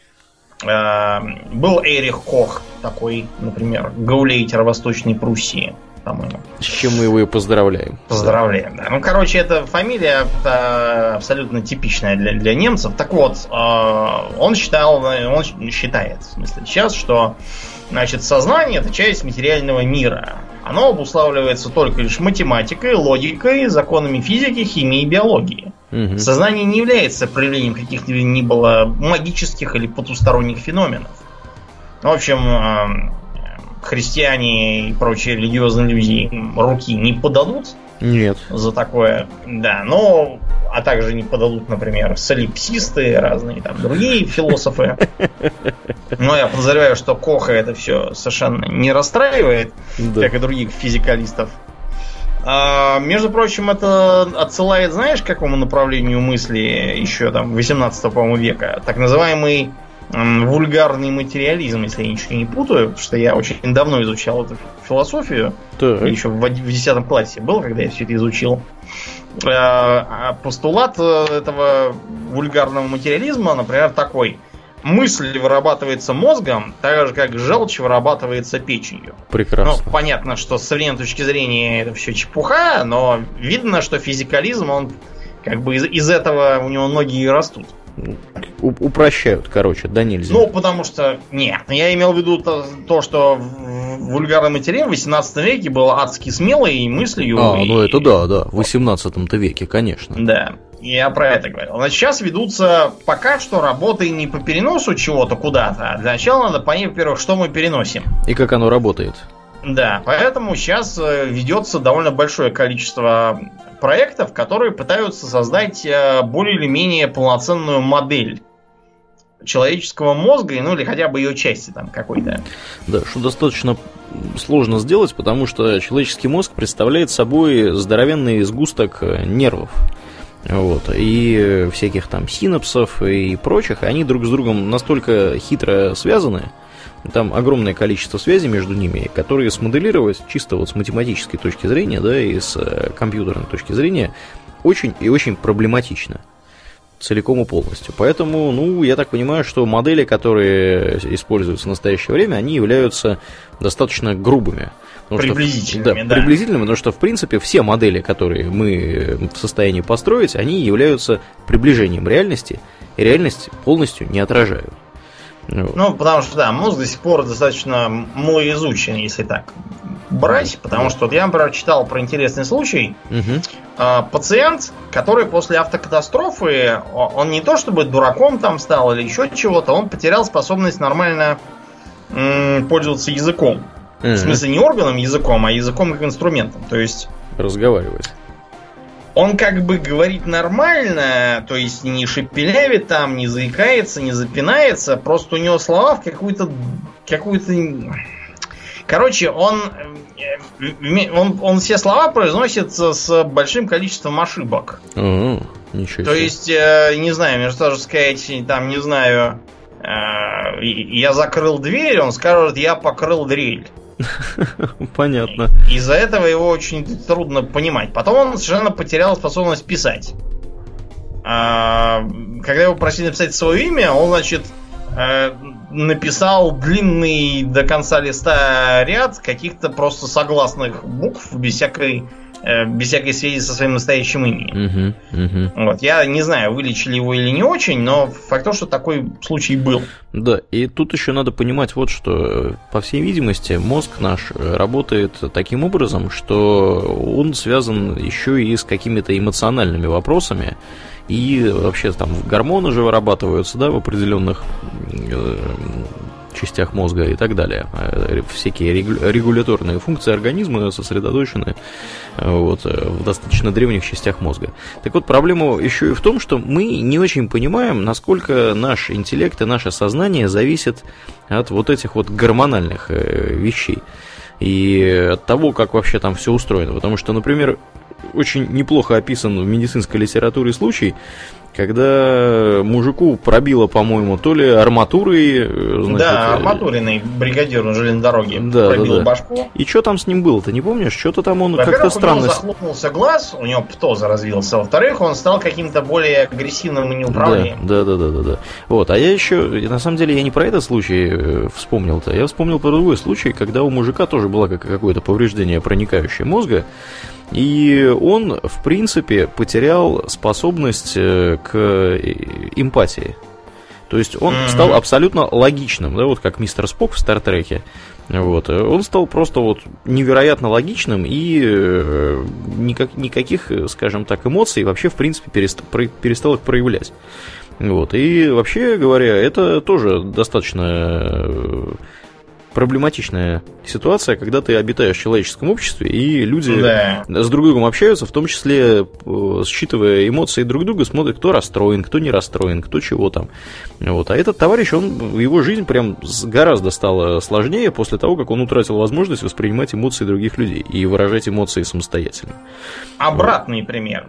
Был Эрих Кох, такой, например, гауляйтер Восточной Пруссии, по-моему. С чем мы его и поздравляем. Поздравляем, да. Ну, короче, эта фамилия абсолютно типичная для немцев. Так вот, он считает, в смысле, сейчас, что, значит, сознание — это часть материального мира. Оно обуславливается только лишь математикой, логикой, законами физики, химии и биологии. Угу. Сознание не является проявлением каких-то ни было магических или потусторонних феноменов. В общем, христиане и прочие религиозные люди руки не подадут. Нет. За такое, да. Но, а также не подадут, например, солипсисты, разные там другие философы. Но я подозреваю, что Коха это все совершенно не расстраивает, да, как и других физикалистов. Между прочим, это отсылает, знаешь, к какому направлению мысли еще там 18 века? Так называемый вульгарный материализм, если я ничего не путаю, потому что я очень давно изучал эту философию. Так. Еще в 10 классе был, когда я все это изучил. Постулат этого вульгарного материализма, например, такой: мысль вырабатывается мозгом, так же как желчь вырабатывается печенью. Прекрасно. Ну, понятно, что с современной точки зрения это все чепуха, но видно, что физикализм, он как бы из этого у него ноги и растут. Упрощают, короче, да нельзя. Ну, потому что, нет, я имел в виду то, что вульгарный материализм в 18 веке был адски смелой мыслью. Ну это да, в 18 веке, конечно. Да, я про это говорил. Но сейчас ведутся пока что работы не по переносу чего-то куда-то, а для начала надо понять, во-первых, что мы переносим. И как оно работает. Да, поэтому сейчас ведется довольно большое количество проектов, которые пытаются создать более или менее полноценную модель человеческого мозга, ну или хотя бы ее части там какой-то. Да, что достаточно сложно сделать, потому что человеческий мозг представляет собой здоровенный сгусток нервов. Вот, и всяких там синапсов и прочих, они друг с другом настолько хитро связаны, там огромное количество связей между ними, которые смоделировать чисто вот с математической точки зрения, да, и с компьютерной точки зрения очень и очень проблематично. Целиком и полностью. Поэтому, ну, я так понимаю, что модели, которые используются в настоящее время, они являются достаточно грубыми. Приблизительными, да. Приблизительными, потому что, в принципе, все модели, которые мы в состоянии построить, они являются приближением реальности, и реальность полностью не отражают. Ну, потому что, да, мозг до сих пор достаточно малоизучен, если так брать, потому что вот я, например, читал про интересный случай. Пациент, который после автокатастрофы, он не то чтобы дураком там стал или еще чего-то, он потерял способность нормально пользоваться языком. В смысле, не органом языком, а языком как инструментом. То есть разговаривать. Он как бы говорит нормально, то есть не шепелявит там, не заикается, не запинается, просто у него слова в какую-то... Короче, он все слова произносит с большим количеством ошибок. Ничего себе. То есть, не знаю, мне же тоже сказать, там, не знаю, я закрыл дверь, он скажет, я покрыл дрель. Понятно. Из-за этого его очень трудно понимать. Потом он совершенно потерял способность писать. Когда его просили написать свое имя, он, значит, написал длинный до конца листа ряд каких-то просто согласных букв без всякой без всякой связи со своим настоящим именем. Вот. Я не знаю, вылечили его или не очень, но факт то, что такой случай был. Да, и тут еще надо понимать вот что. По всей видимости, мозг наш работает таким образом, что он связан еще и с какими-то эмоциональными вопросами. И вообще там гормоны же вырабатываются, да, в определенных частях мозга и так далее. Всякие регуляторные функции организма сосредоточены вот, в достаточно древних частях мозга. Так вот, проблема еще и в том, что мы не очень понимаем, насколько наш интеллект и наше сознание зависят от вот этих вот гормональных вещей и от того, как вообще там все устроено. Потому что, например, очень неплохо описан в медицинской литературе случай, когда мужику пробило, по-моему, то ли арматурой... Значит, да, арматуренный бригадир на железной дороге пробил башку. И что там с ним было, ты не помнишь? Что-то там он как-то странно... у него захлопнулся глаз, у него птоза развился. Во-вторых, он стал каким-то более агрессивным и неуправляемым. Да. Вот, а я еще... На самом деле, я не про этот случай вспомнил-то. Я вспомнил про другой случай, когда у мужика тоже было какое-то повреждение проникающее мозга. И он, в принципе, потерял способность к эмпатии. То есть он стал абсолютно логичным, да, вот как мистер Спок в Стартреке. Вот. Он стал просто вот невероятно логичным и никаких, скажем так, эмоций вообще, в принципе, перестал их проявлять. Вот. И вообще говоря, это тоже достаточно проблематичная ситуация, когда ты обитаешь в человеческом обществе, и люди с друг другом общаются, в том числе считывая эмоции друг друга, смотрят, кто расстроен, кто не расстроен, кто чего там. Вот. А этот товарищ, его жизнь прям гораздо стала сложнее после того, как он утратил возможность воспринимать эмоции других людей и выражать эмоции самостоятельно. Обратный пример.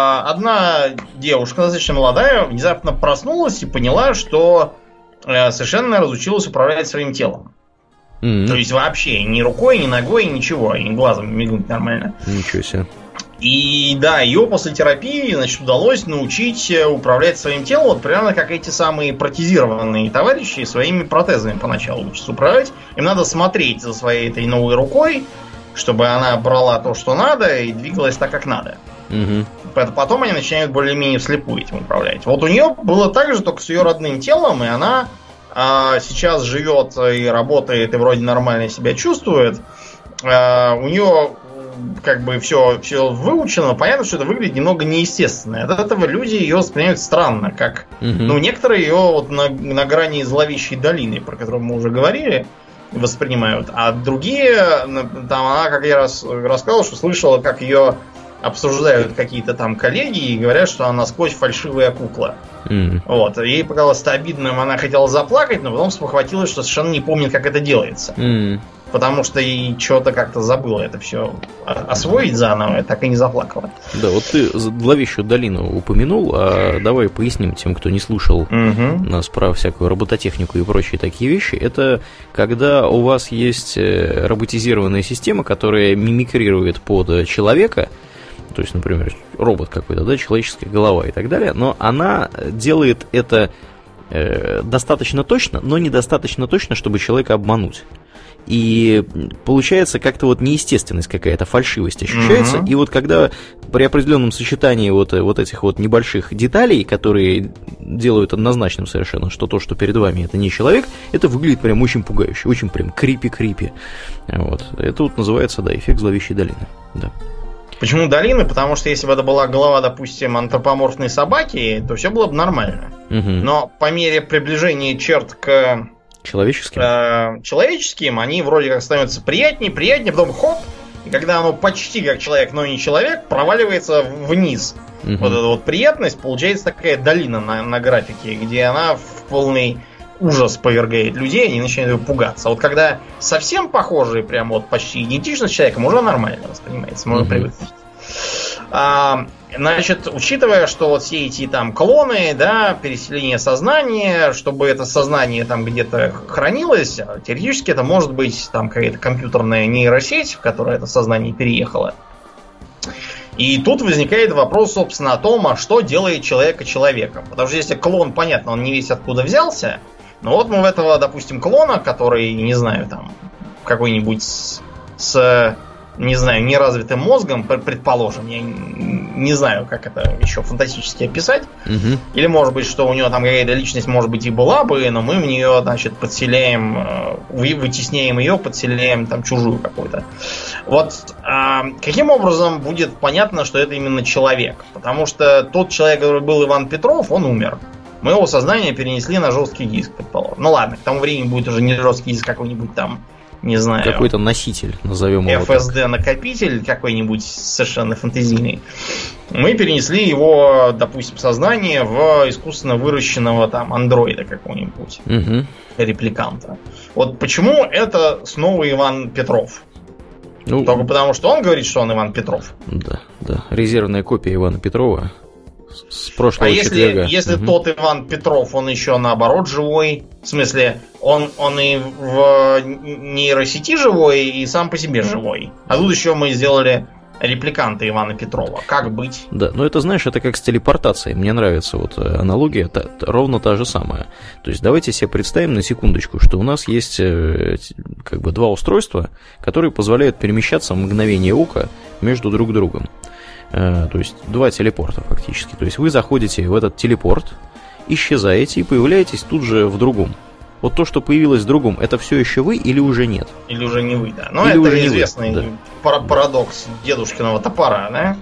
Одна девушка, достаточно молодая, внезапно проснулась и поняла, что совершенно разучилась управлять своим телом. То есть вообще ни рукой, ни ногой, ничего, ни глазом мигнуть нормально. Ничего себе. И да, ее после терапии, значит, удалось научить управлять своим телом, вот примерно как эти самые протезированные товарищи своими протезами поначалу учатся управлять. Им надо смотреть за своей этой новой рукой, чтобы она брала то, что надо, и двигалась так, как надо. Потом они начинают более-менее вслепую этим управлять. Вот у нее было так же, только с ее родным телом, и она сейчас живет и работает, и вроде нормально себя чувствует. У нее как бы все выучено, понятно, что это выглядит немного неестественно. От этого люди ее воспринимают странно, как некоторые ее вот на грани зловещей долины, про которую мы уже говорили, воспринимают. А другие, там она, как я рассказывал, что слышала, как ее обсуждают какие-то там коллеги и говорят, что она насквозь фальшивая кукла. Вот. Ей показалось это обидным, она хотела заплакать, но потом спохватилась, что совершенно не помнит, как это делается. Потому что ей что-то как-то забыла это все освоить заново, и так и не заплакала. Да, вот ты зловещую долину упомянул, а давай поясним тем, кто не слушал нас про всякую робототехнику и прочие такие вещи. Это когда у вас есть роботизированная система, которая мимикрирует под человека. То есть, например, робот какой-то, да, человеческая голова и так далее, но она делает это достаточно точно, но недостаточно точно, чтобы человека обмануть. И получается как-то вот неестественность какая-то, фальшивость ощущается. И вот когда при определенном сочетании вот этих вот небольших деталей, которые делают однозначным совершенно, что то, что перед вами, это не человек, это выглядит прям очень пугающе, очень прям крипи-крипи. Вот. Это вот называется, да, эффект зловещей долины. Да. Почему долины? Потому что если бы это была голова, допустим, антропоморфной собаки, то все было бы нормально. Но по мере приближения черт к человеческим, они вроде как становятся приятнее, потом хоп, и когда оно почти как человек, но не человек, проваливается вниз. Вот эта вот приятность, получается такая долина на графике, где она в полный ужас повергает людей, они начинают его пугаться. А вот когда совсем похожие, прям вот почти идентично с человеком, уже нормально воспринимается, можно привыкнуть. Значит, учитывая, что вот все эти там клоны, да, переселение сознания, чтобы это сознание там где-то хранилось, теоретически это может быть там какая-то компьютерная нейросеть, в которой это сознание переехало. И тут возникает вопрос, собственно, о том, а что делает человека человеком. Потому что если клон, понятно, он не весь откуда взялся, но вот мы в этого, допустим, клона, который, не знаю, там, какой-нибудь с не знаю, неразвитым мозгом, предположим, я не знаю, как это еще фантастически описать. Угу. Или, может быть, что у него там какая-то личность, может быть, и была бы, но мы в нее, значит, подселяем, вытесняем ее, подселяем там чужую какую-то. Вот каким образом будет понятно, что это именно человек? Потому что тот человек, который был Иван Петров, он умер. Мы его сознание перенесли на жесткий диск, предположим. Ну ладно, к тому времени будет уже не жесткий диск, какой-нибудь там, не знаю... Какой-то носитель, назовем его FSD-накопитель какой-нибудь совершенно фантазийный. Мы перенесли его, допустим, сознание в искусственно выращенного там андроида какого-нибудь. Репликанта. Вот почему это снова Иван Петров? Ну, только потому, что он говорит, что он Иван Петров. Да, да. Резервная копия Ивана Петрова с прошлого четверга. Если тот Иван Петров, он еще наоборот живой, в смысле, он и в нейросети живой, и сам по себе живой. А тут еще мы сделали репликанта Ивана Петрова. Как быть? Да, но это, знаешь, это как с телепортацией. Мне нравится вот аналогия, ровно та же самая. То есть давайте себе представим на секундочку, что у нас есть как бы два устройства, которые позволяют перемещаться в мгновение ока между друг другом. То есть два телепорта фактически. То есть вы заходите в этот телепорт, исчезаете и появляетесь тут же в другом. Вот то, что появилось в другом, это все еще вы или уже нет? Или уже не вы, да. Но это известный парадокс дедушкиного топора, да?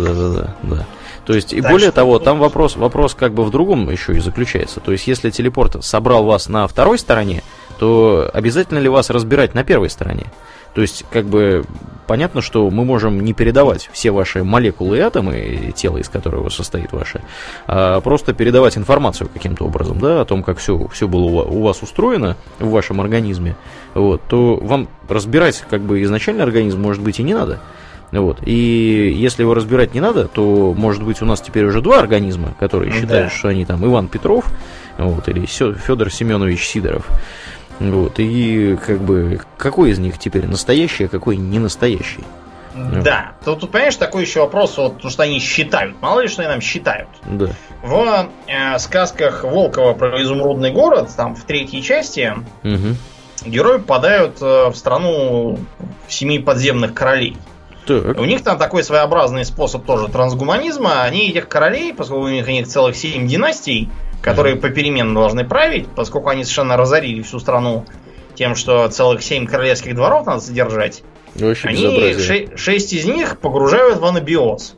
Да. То есть, и более того, там вопрос как бы в другом еще и заключается. То есть, если телепорт собрал вас на второй стороне, то обязательно ли вас разбирать на первой стороне? То есть, как бы, понятно, что мы можем не передавать все ваши молекулы и атомы, тело, из которого состоит ваше, а просто передавать информацию каким-то образом, да, о том, как все было у вас устроено в вашем организме, вот, то вам разбирать, как бы, изначально организм, может быть, и не надо. Вот. И если его разбирать не надо, то, может быть, у нас теперь уже два организма, которые считают, что они там Иван Петров, вот, или Федор Семенович Сидоров. Вот, и как бы какой из них теперь настоящий, а какой не настоящий? Да, тут понимаешь, такой еще вопрос, вот, потому что они считают, мало ли что они нам считают. Да. В сказках Волкова про изумрудный город, там в третьей части, герои попадают в страну 7 подземных королей. Так. У них там такой своеобразный способ тоже трансгуманизма. Они этих королей, поскольку у них целых 7 династий, которые попеременно должны править, поскольку они совершенно разорили всю страну тем, что целых 7 королевских дворов надо содержать. Они 6 из них погружают в анабиоз.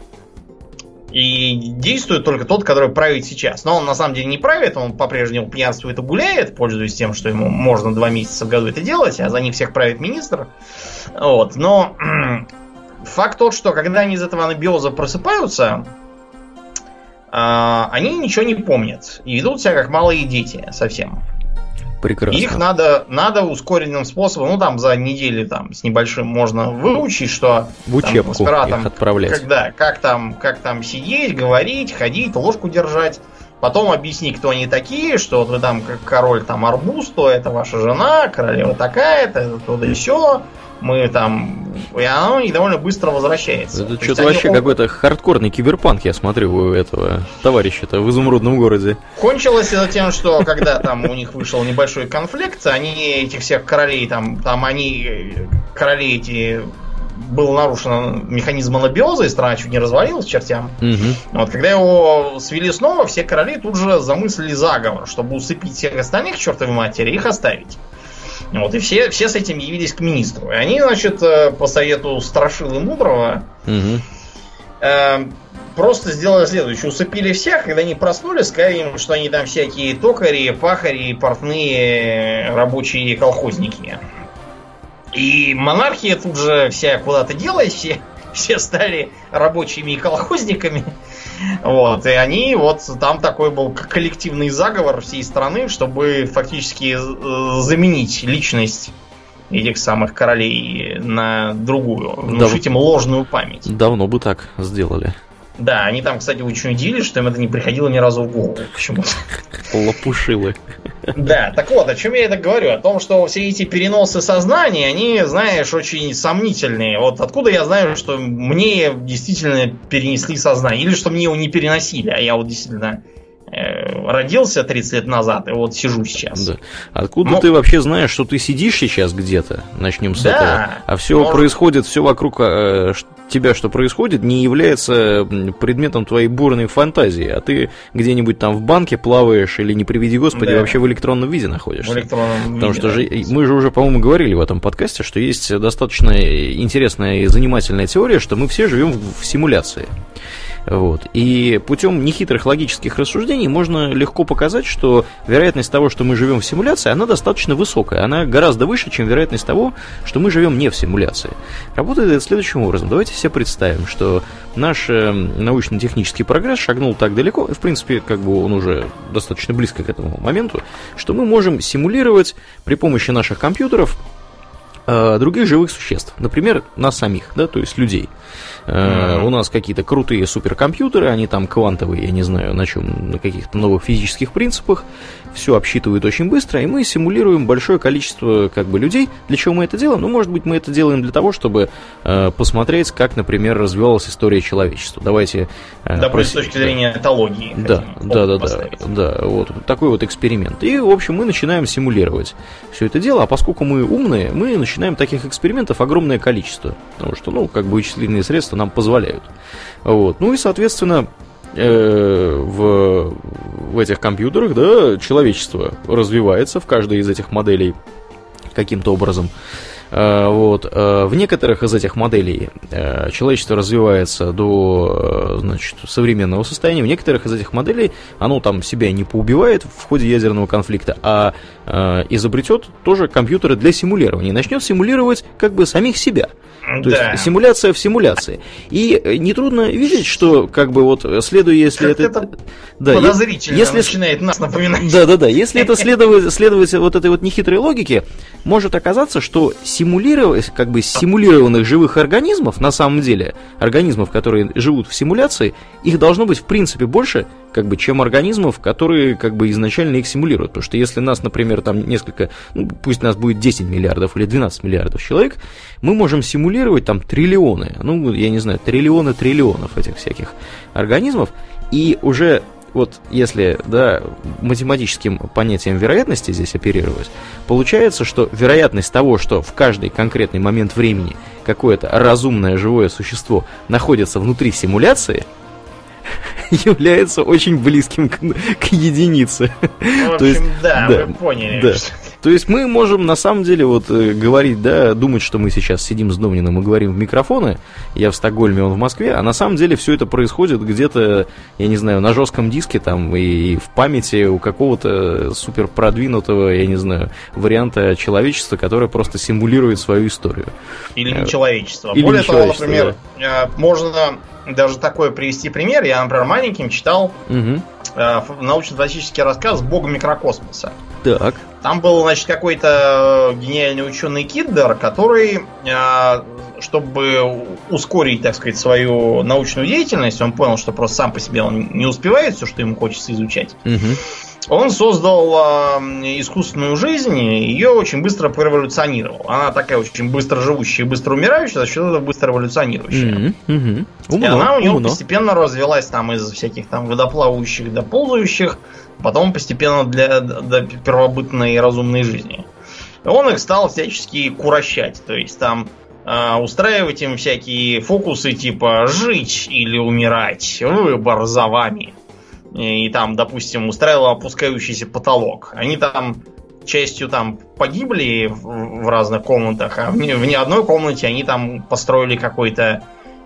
И действует только тот, который правит сейчас. Но он на самом деле не правит, он по-прежнему пьянствует и гуляет, пользуясь тем, что ему можно 2 месяца в году это делать, а за них всех правит министр. Вот. Но факт тот, что когда они из этого анабиоза просыпаются, они ничего не помнят. И ведут себя как малые дети совсем. Прекрасно. Их надо ускоренным способом, ну там за неделю там с небольшим можно выучить, что в учебку там, их отправлять. Как там сидеть, говорить, ходить, ложку держать. Потом объясни, кто они такие, что вот вы там как король там арбуз, то это ваша жена, королева такая-то, это то-то еще. Мы там... И оно и довольно быстро возвращается. Это что-то вообще какой-то хардкорный киберпанк, я смотрю, у этого товарища-то в изумрудном городе. Кончилось это тем, что когда там у них вышел небольшой конфликт, они этих всех королей, короли эти... Был нарушен механизм анабиоза, и страна чуть не развалилась чертям. Вот, когда его свели снова, все короли тут же замыслили заговор, чтобы усыпить всех остальных чертовой матери и их оставить. Вот, и все с этим явились к министру. И они, значит, по совету Страшилы Мудрого просто сделали следующее. Усыпили всех, когда они проснулись, сказали им, что они там всякие токари, пахари, портные, рабочие колхозники. И монархия тут же вся куда-то делась, все стали рабочими и колхозниками. Вот, и они, вот там такой был коллективный заговор всей страны, чтобы фактически заменить личность этих самых королей на другую, внушить им ложную память. Давно бы так сделали. Да, они там, кстати, очень удивились, что им это не приходило ни разу в голову. Почему-то. Лопушилы. Да, так вот, о чем я это говорю? О том, что все эти переносы сознания, они, знаешь, очень сомнительные. Вот откуда я знаю, что мне действительно перенесли сознание, или что мне его не переносили, а я вот действительно родился 30 лет назад, и вот сижу сейчас. Да. Откуда ты вообще знаешь, что ты сидишь сейчас где-то? Начнем с этого. А все происходит, все вокруг тебя, что происходит, не является предметом твоей бурной фантазии, а ты где-нибудь там в банке плаваешь или, не приведи господи, вообще в электронном виде находишься. В электронном Потому виде, что мы же уже, по-моему, говорили в этом подкасте, что есть достаточно интересная и занимательная теория, что мы все живем в симуляции. Вот. И путем нехитрых логических рассуждений можно легко показать, что вероятность того, что мы живем в симуляции, она достаточно высокая. Она гораздо выше, чем вероятность того, что мы живем не в симуляции. Работает это следующим образом. Давайте себе представим, что наш научно-технический прогресс шагнул так далеко, и в принципе как бы он уже достаточно близко к этому моменту, что мы можем симулировать при помощи наших компьютеров других живых существ, например, нас самих, да, то есть людей. У нас какие-то крутые суперкомпьютеры, они там квантовые, я не знаю, на чем, на каких-то новых физических принципах, все обсчитывают очень быстро, и мы симулируем большое количество как бы людей. Для чего мы это делаем? Ну, может быть, мы это делаем для того, чтобы посмотреть, как, например, развивалась история человечества. Давайте... с точки зрения этологии. Да, вот такой вот эксперимент. И, в общем, мы начинаем симулировать все это дело, а поскольку мы умные, мы начинаем таких экспериментов огромное количество, потому что, ну, как бы вычислительные средства нам позволяют. Вот. Ну и, соответственно, в этих компьютерах, да, человечество развивается в каждой из этих моделей каким-то образом. Вот. В некоторых из этих моделей человечество развивается до, значит, современного состояния, в некоторых из этих моделей оно там себя не поубивает в ходе ядерного конфликта, а изобретет тоже компьютеры для симулирования и начнет симулировать как бы самих себя. То есть симуляция в симуляции. И нетрудно видеть, что как бы вот следуя, если это подозрительно начинает нас напоминать. Да. Если это следовать вот этой вот нехитрой логике, может оказаться, что симулированных живых организмов, на самом деле, организмов, которые живут в симуляции, их должно быть в принципе больше, как бы, чем организмов, которые как бы изначально их симулируют. Потому что если нас, например, там несколько, ну, пусть нас будет 10 миллиардов или 12 миллиардов человек, мы можем симулировать там триллионы, ну, я не знаю, триллионов этих всяких организмов, и уже вот если, да, математическим понятием вероятности здесь оперировать, получается, что вероятность того, что в каждый конкретный момент времени какое-то разумное живое существо находится внутри симуляции, является очень близким к единице. В общем, вы поняли. Да. То есть мы можем на самом деле вот говорить, да, думать, что мы сейчас сидим с Домниным и говорим в микрофоны, я в Стокгольме, он в Москве, а на самом деле все это происходит где-то, я не знаю, на жестком диске там и в памяти у какого-то супер продвинутого, я не знаю, варианта человечества, которое просто симулирует свою историю. Или не человечество. Более того, например, можно даже такое привести пример. Я, например, маленьким читал научно-фантастический рассказ «Бог микрокосмоса». Так. Там был, значит, какой-то гениальный ученый Киддер, который, чтобы ускорить, так сказать, свою научную деятельность, он понял, что просто сам по себе он не успевает все, что ему хочется изучать. Он создал искусственную жизнь, и ее очень быстро проэволюционировал. Она такая очень быстро живущая и быстро умирающая, за счет этого быстро эволюционирующая. И она у него постепенно развилась там из всяких там водоплавающих до ползающих, потом постепенно до первобытной разумной жизни. И он их стал всячески курощать, то есть там устраивать им всякие фокусы типа «жить или умирать, выбор за вами». И там, допустим, устраивал опускающийся потолок. Они там частью там погибли в разных комнатах, а в ни одной комнате они там построили какую-то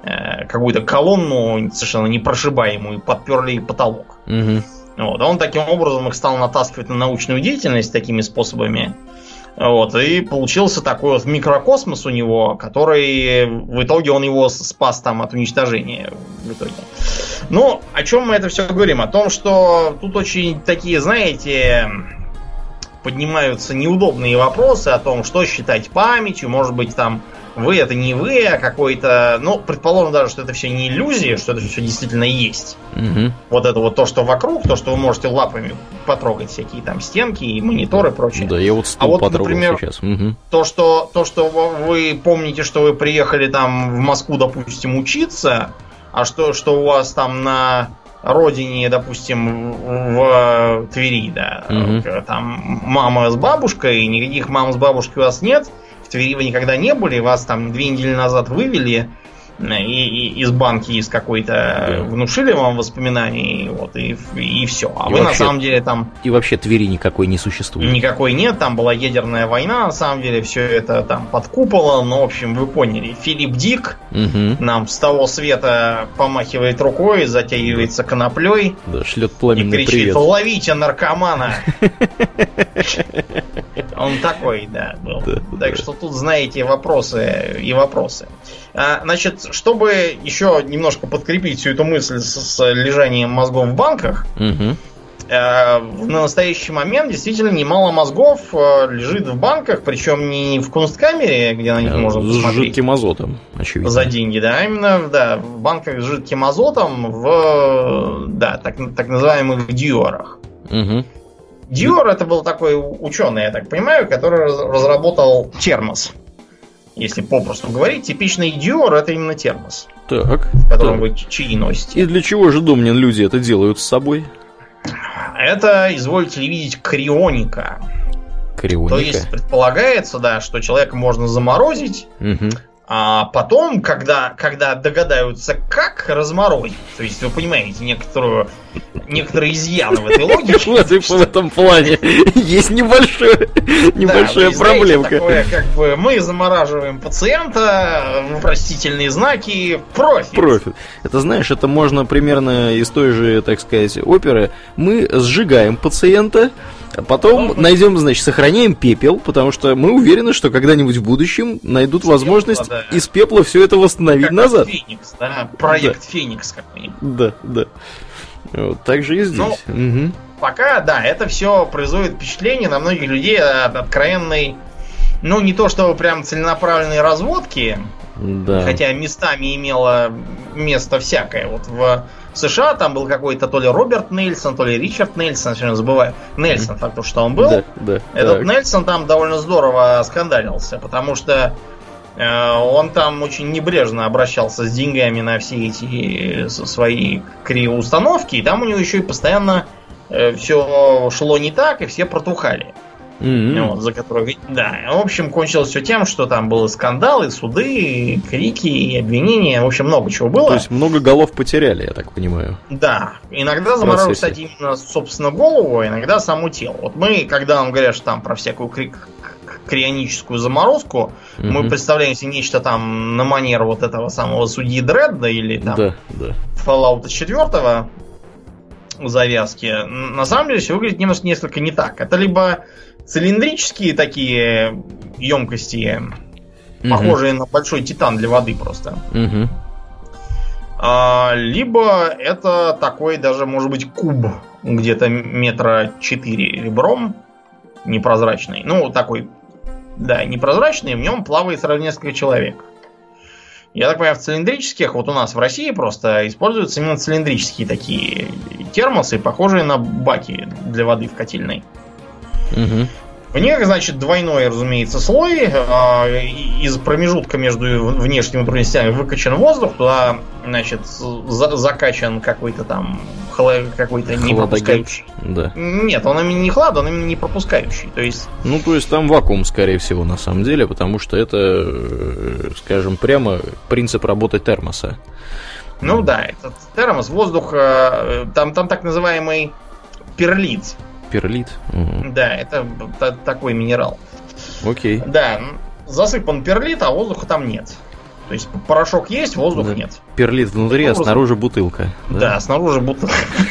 колонну совершенно непрошибаемую и подперли потолок. Вот. А он таким образом их стал натаскивать на научную деятельность такими способами. Вот. И получился такой вот микрокосмос у него, который в итоге он его спас там от уничтожения в итоге. Ну, о чем мы это все говорим? О том, что тут очень такие, знаете, поднимаются неудобные вопросы о том, что считать памятью. Может быть, там вы это не вы, а какой-то... Ну, предположим даже, что это все не иллюзия, что это все действительно есть. Вот это вот то, что вокруг, то, что вы можете лапами потрогать, всякие там стенки и мониторы и прочее. Да, я вот стул потрогал, например, сейчас. То, что вы помните, что вы приехали там в Москву, допустим, учиться, а что у вас там на родине, допустим, в Твери, да, там мама с бабушкой, никаких мам с бабушкой у вас нет, в Твери вы никогда не были, вас там 2 недели назад вывели из банки из какой-то, внушили вам воспоминаний, вот, и все. А вы вообще, на самом деле там... И вообще Твери никакой не существует. Никакой нет, там была ядерная война, на самом деле, все это там под куполом, ну, в общем, вы поняли. Филипп Дик нам с того света помахивает рукой, затягивается коноплей. Да, шлет пламенный привет. И кричит: привет. Ловите наркомана! Он такой, да, был. Так что тут, знаете, вопросы и вопросы. Значит, чтобы еще немножко подкрепить всю эту мысль с лежанием мозгов в банках, на настоящий момент действительно немало мозгов лежит в банках, причем не в кунсткамере, где на них можно посмотреть. С жидким азотом, очевидно. За деньги, да, именно, да, в банках с жидким азотом в, да, так называемых диорах. Диор это был такой ученый, я так понимаю, который разработал термос. Если попросту говорить, типичный Диор это именно термос. Так. В котором вы чаи носите. И для чего же, Домнин, люди это делают с собой? Это, извольте ли видеть, крионика. Крионика? То есть предполагается, да, что человека можно заморозить, а потом, когда догадаются, как разморозить. То есть, вы понимаете, некоторые изъяны в этой логике. В этом плане есть небольшая проблемка. Такое, как бы, мы замораживаем пациента, вопросительные знаки, профит. Это, знаешь, это можно примерно из той же, так сказать, оперы. Мы сжигаем пациента, а потом найдем, значит, сохраняем пепел, потому что мы уверены, что когда-нибудь в будущем найдут возможность из пепла все это восстановить назад. Феникс, да? Проект Феникс какой-нибудь. Да. Вот, так же и здесь. Пока, да, это все производит впечатление на многих людей от откровенной, ну, не то чтобы прям целенаправленной разводки, хотя местами имело место всякое. Вот в США там был какой-то то ли Роберт Нельсон, то ли Ричард Нельсон, я забываю. Нельсон, факт, что он был. Этот Нельсон там довольно здорово скандалился, потому что он там очень небрежно обращался с деньгами на все эти свои криоустановки, и там у него еще и постоянно все шло не так, и все протухали. Вот, за которых... Да, в общем, кончилось все тем, что там был скандал, и суды, и крики, и обвинения. В общем, много чего было. То есть много голов потеряли, я так понимаю. Да. Иногда замораживают, кстати, именно, собственно, голову, а иногда само тело. Вот мы, когда нам говорят, что там про всякую крионическую заморозку, мы представляем себе нечто там на манер вот этого самого судьи Дредда или там Fallout 4 завязки. На самом деле все выглядит несколько не так. Это либо цилиндрические такие емкости, похожие на большой титан для воды просто. Либо это такой даже, может быть, куб где-то 4 метра ребром, непрозрачный. Ну, такой, да, непрозрачный, в нем плавает сразу несколько человек. Я так понимаю, в цилиндрических, вот у нас в России просто используются именно цилиндрические такие термосы, похожие на баки для воды в котельной. В них, значит, двойной, разумеется, слой. Из промежутка между внешними трудностями выкачан воздух. Туда, значит, закачан какой-то там какой-то не пропускающий. Да. Нет, он именно не хлад, он именно не пропускающий. То есть... Ну, то есть там вакуум, скорее всего, на самом деле, потому что это, скажем прямо, принцип работы термоса. Ну да, этот термос, воздух, там так называемый перлит. Перлит? Да, это такой минерал. Окей. Да, засыпан перлит, а воздуха там нет. То есть порошок есть, воздуха нет. Перлит внутри, а снаружи бутылка. Да, снаружи бутылка.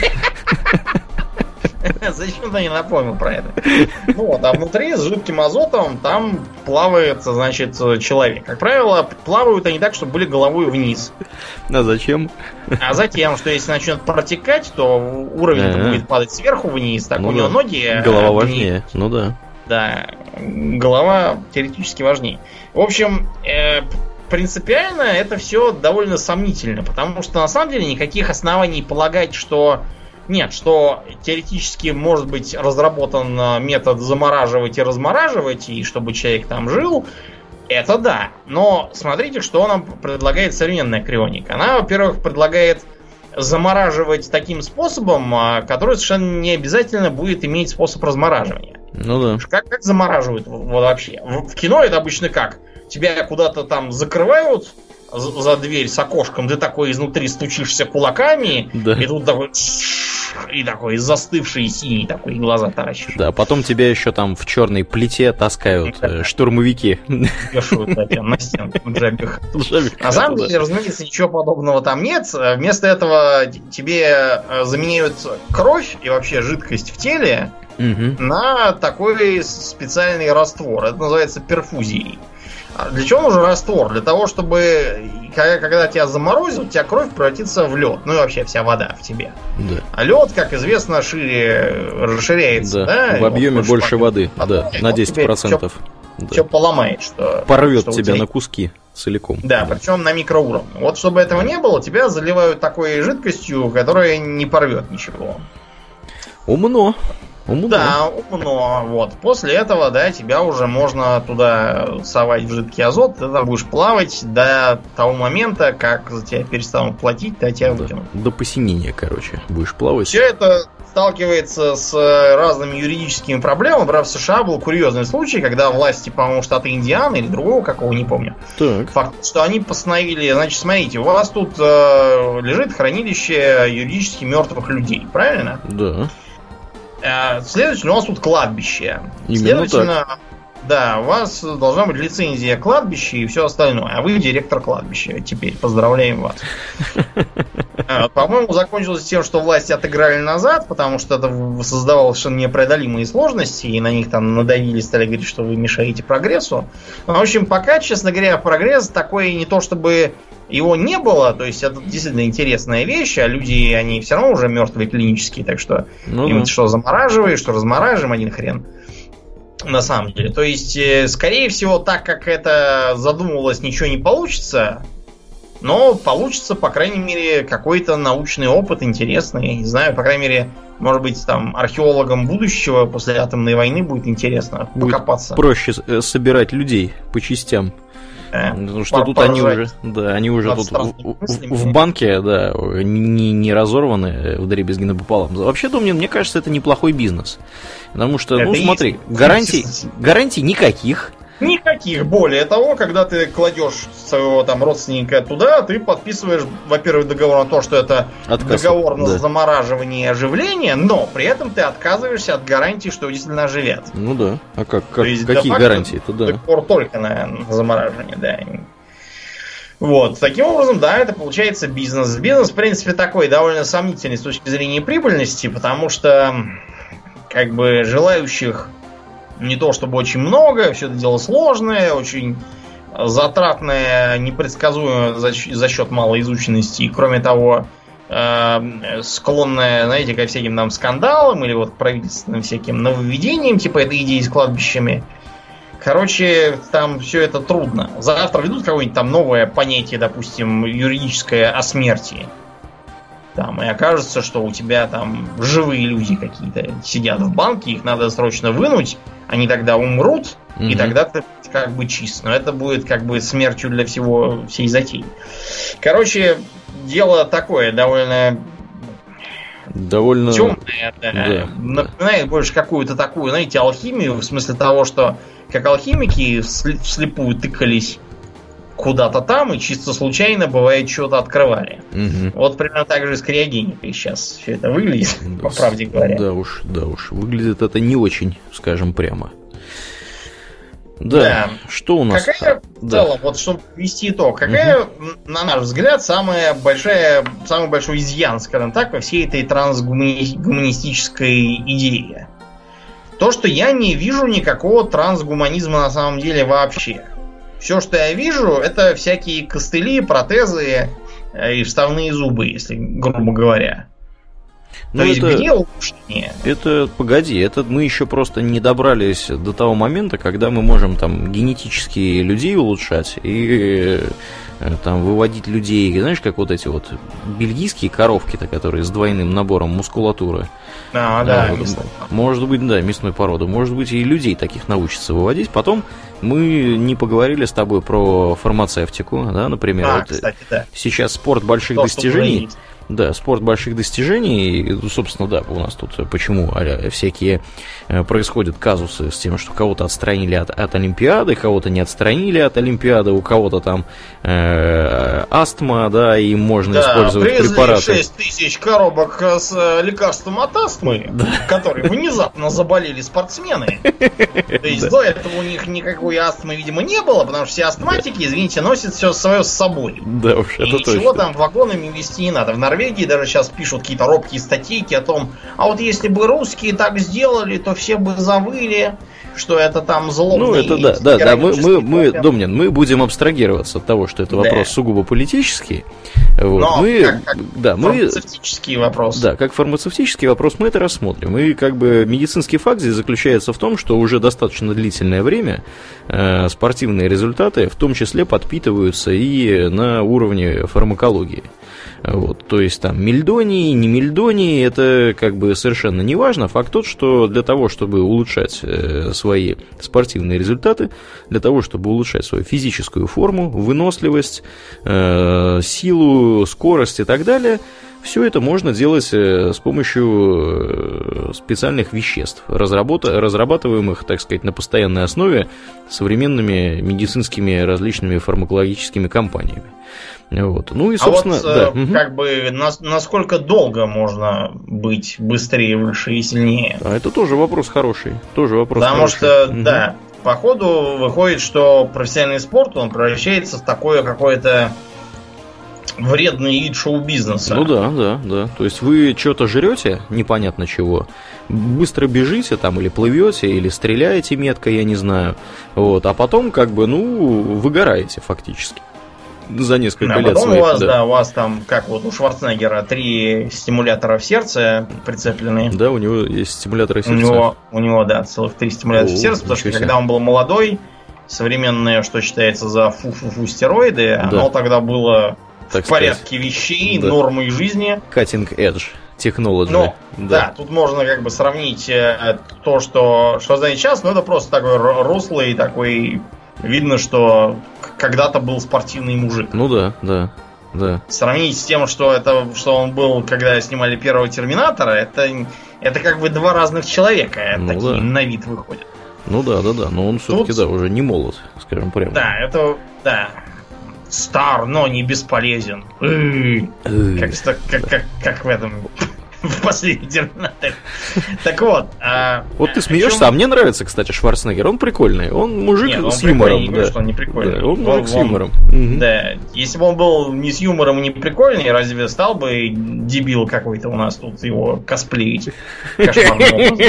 Зачем ты не напомнил про это? Ну вот, а внутри с жидким азотом там плавает, значит, человек. Как правило, плавают они так, чтобы были головой вниз. А зачем? А затем, что если начнет протекать, то уровень будет падать сверху вниз, так у него ноги... Голова важнее, ну да. Да, голова теоретически важнее. В общем, принципиально это все довольно сомнительно, потому что на самом деле никаких оснований полагать, что... Нет, что теоретически может быть разработан метод замораживать и размораживать, и чтобы человек там жил, это да. Но смотрите, что нам предлагает современная крионика. Она, во-первых, предлагает замораживать таким способом, который совершенно не обязательно будет иметь способ размораживания. Ну да. Как замораживают вот вообще? В кино это обычно как? Тебя куда-то там закрывают за дверь с окошком, ты такой изнутри стучишься кулаками, да. И тут такой... И такой застывший синий такой глаза таращишь. Да, потом тебя еще там в черной плите таскают штурмовики. Вешают на стенку в джабах. На самом деле, разумеется, ничего подобного там нет. Вместо этого тебе заменяют кровь и вообще жидкость в теле на такой специальный раствор. Это называется перфузией. Для чего нужен раствор? Для того, чтобы когда тебя заморозят, у тебя кровь превратится в лед. Ну и вообще вся вода в тебе. Да. А лед, как известно, шире расширяется. Да, в объеме больше воды. Да, на 10%. Все поломает. Что, порвет что тебя на куски целиком. Да, причем на микроуровне. Вот чтобы этого не было, тебя заливают такой жидкостью, которая не порвет ничего. Умно. Да, умно. Вот. После этого, да, тебя уже можно туда совать в жидкий азот, ты там будешь плавать до того момента, как за тебя перестанут платить, да, тебя выкинут. До посинения, короче, будешь плавать. Все это сталкивается с разными юридическими проблемами. Например, в США был курьезный случай, когда власти, по-моему, штата Индианы или другого, какого не помню. Так. Факт, что они постановили, значит, смотрите, у вас тут лежит хранилище юридически мертвых людей, правильно? Да. Следовательно, у вас тут кладбище. Именно следовательно, так. Да, у вас должна быть лицензия кладбища и все остальное. А вы директор кладбища. Теперь поздравляем вас. По-моему, закончилось тем, что власти отыграли назад, потому что это создавало совершенно непреодолимые сложности, и на них там надавили, стали говорить, что вы мешаете прогрессу. Но, в общем, пока, честно говоря, прогресс такой не то чтобы его не было, то есть это действительно интересная вещь, а люди, они все равно уже мертвые клинические, так что им что замораживаешь, что размораживаем, один хрен. На самом деле. То есть, скорее всего, так как это задумывалось, ничего не получится, но получится, по крайней мере, какой-то научный опыт интересный. Я не знаю, по крайней мере, может быть, там археологам будущего после атомной войны будет интересно покопаться. Проще собирать людей по частям. Потому что тут они уже тут в банке, да, не разорваны вдребезги напополам. Вообще-то, мне кажется, это неплохой бизнес. Потому что, это смотри, гарантий никаких. Никаких. Более того, когда ты кладешь своего там родственника туда, ты подписываешь, во-первых, договор на то, что это договор на замораживание и оживление, но при этом ты отказываешься от гарантии, что действительно оживят. Ну да. А какие гарантии? Договор только на замораживание, да. Вот. Таким образом, да, это получается бизнес. Бизнес, в принципе, такой довольно сомнительный с точки зрения прибыльности, потому что как бы желающих не то чтобы очень много, все это дело сложное, очень затратное, непредсказуемое за счет малоизученности, и кроме того, склонное, знаете, ко всяким там скандалам или вот правительственным всяким нововведениям, типа этой идеи с кладбищами. Короче, там все это трудно. Завтра ведут какое-нибудь там новое понятие, допустим, юридическое о смерти. Там, и окажется, что у тебя там живые люди какие-то сидят в банке, их надо срочно вынуть, они тогда умрут, и тогда ты как бы чист. Но это будет как бы смертью для всей затеи. Короче, дело такое, довольно темное, да. Напоминает больше какую-то такую, знаете, алхимию, в смысле того, что как алхимики вслепую тыкались куда-то там и чисто случайно, бывает, что-то открывали. Вот примерно так же и с криогеникой сейчас все это выглядит, по правде говоря. Да уж, выглядит это не очень, скажем прямо. Да. Что у нас? Какая в целом, вот чтобы ввести итог, какая, на наш взгляд, самый большой изъян, скажем так, во всей этой трансгуманистической идее? То, что я не вижу никакого трансгуманизма на самом деле вообще. Все, что я вижу, это всякие костыли, протезы и вставные зубы, если грубо говоря. То есть где улучшение? Это, погоди, это мы еще просто не добрались до того момента, когда мы можем там генетически людей улучшать и там выводить людей, знаешь, как вот эти вот бельгийские коровки-то, которые с двойным набором мускулатуры. Может быть, да, мясной породы. Может быть, и людей таких научатся выводить. Потом мы не поговорили с тобой про фармацевтику, да, например. Кстати, да. Сейчас спорт больших достижений. Да, спорт больших достижений. И, собственно, да, у нас тут почему всякие происходят казусы с тем, что кого-то отстранили от Олимпиады, кого-то не отстранили от Олимпиады, у кого-то там астма, да, и можно использовать препараты. 6 тысяч коробок с лекарством от астмы, которые внезапно заболели спортсмены. То есть до этого у них никакой астмы, видимо, не было, потому что все астматики, извините, носят все свое с собой. Да уж, это точно. Ничего там вагонами везти не надо. В Норвегии даже сейчас пишут какие-то робкие статейки о том, а вот если бы русские так сделали, то все бы завыли, что это там злобный... Ну, это да, мы, Домнин, мы будем абстрагироваться от того, что это вопрос сугубо политический. Вот. Но как фармацевтический вопрос. Да, как фармацевтический вопрос мы это рассмотрим. И как бы медицинский факт здесь заключается в том, что уже достаточно длительное время спортивные результаты в том числе подпитываются и на уровне фармакологии. Вот, то есть там мельдонии, не мельдонии, это как бы совершенно не важно. Факт тот, что для того, чтобы улучшать свои спортивные результаты, для того, чтобы улучшать свою физическую форму, выносливость, силу, скорость и так далее, все это можно делать с помощью специальных веществ, разрабатываемых, так сказать, на постоянной основе современными медицинскими различными фармакологическими компаниями. Вот. Ну и, собственно, как бы насколько долго можно быть быстрее, выше и сильнее? А это тоже вопрос хороший. Потому что, да, по ходу выходит, что профессиональный спорт, он превращается в такое какое-то вредный вид шоу-бизнеса. Ну да. То есть вы что-то жрете, непонятно чего, быстро бежите там, или плывете, или стреляете метко, я не знаю. Вот, а потом, как бы, выгораете фактически. За несколько лет своих. У вас там, как вот у Шварценеггера, 3 стимулятора в сердце прицеплены. Да, у него есть стимуляторы сердца. У него, да, целых 3 стимулятора в сердце, потому что когда он был молодой, современное, что считается за фу-фу-фу стероиды, оно тогда было в порядке вещей, нормой жизни. Cutting edge technology. Но, да, тут можно как бы сравнить то, что знает сейчас, но это просто такой рослый, такой... Видно, что когда-то был спортивный мужик. Ну да. Сравнить с тем, что он был, когда снимали первого Терминатора, это как бы 2 разных человека такие на вид выходят. Ну да. Но он все-таки, уже не молод, скажем прямо. Да. Стар, но не бесполезен. Как в этом... В последний Терминатор. Так вот. Вот ты смеешься, а мне нравится, кстати, Шварценеггер. Он прикольный. Он мужик с юмором. Да. Он не прикольный. Да, он мужик с юмором. Да. Если бы он был не с юмором и не прикольный, разве стал бы дебил какой-то у нас тут его косплеить кошмарным образом?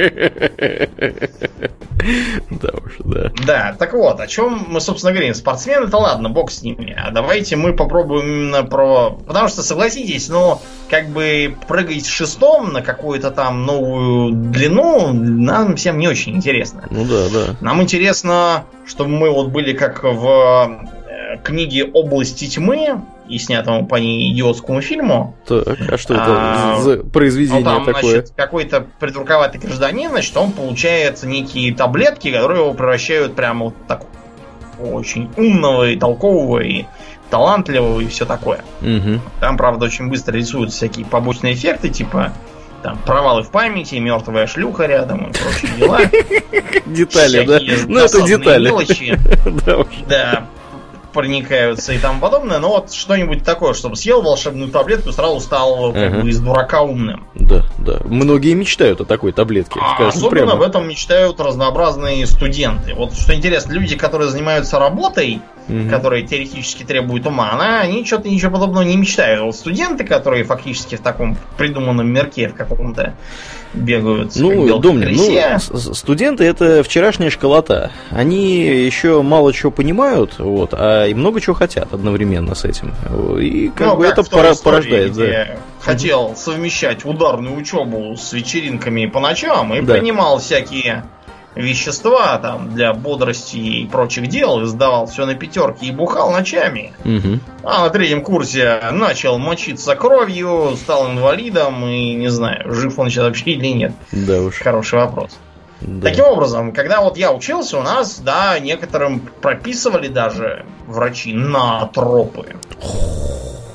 Да уж, да. Да, так вот, о чем мы, собственно, говорим. Спортсмены-то ладно, бог с ними. А давайте мы попробуем именно Потому что, согласитесь, как бы прыгать шестом на какую-то там новую длину нам всем не очень интересно. Ну да. Нам интересно, чтобы мы вот были как в книге «Области тьмы» и снятому по ней идиотскому фильму. Так, а что это за произведение такое? Значит, какой-то придурковатый гражданин, он получает некие таблетки, которые его превращают прямо вот такого очень умного и толкового и талантливого и все такое. Угу. Там, правда, очень быстро рисуются всякие побочные эффекты, типа там провалы в памяти, мертвая шлюха рядом и прочие дела. Детали, да? Ну, это детали. Мелочи, да, проникаются и тому подобное. Но вот что-нибудь такое, чтобы съел волшебную таблетку, сразу стал как бы из дурака умным. Да. Многие мечтают о такой таблетке. Особенно об этом мечтают разнообразные студенты. Вот что интересно, люди, которые занимаются работой, которые теоретически требуют ума, они что-то ничего подобного не мечтают. Вот студенты, которые фактически в таком придуманном мирке в каком-то бегают. Домнин, студенты — это вчерашняя школота. Они еще мало чего понимают, и много чего хотят одновременно с этим. И как бы это порождает. Хотел совмещать ударную учебу с вечеринками по ночам и принимал всякие вещества там для бодрости и прочих дел, сдавал все на 5 и бухал ночами. А на 3 курсе начал мочиться кровью, стал инвалидом и не знаю, жив он сейчас вообще или нет. Да уж. Хороший вопрос. Да. Таким образом, когда вот я учился, у нас, некоторым прописывали даже врачи натропы.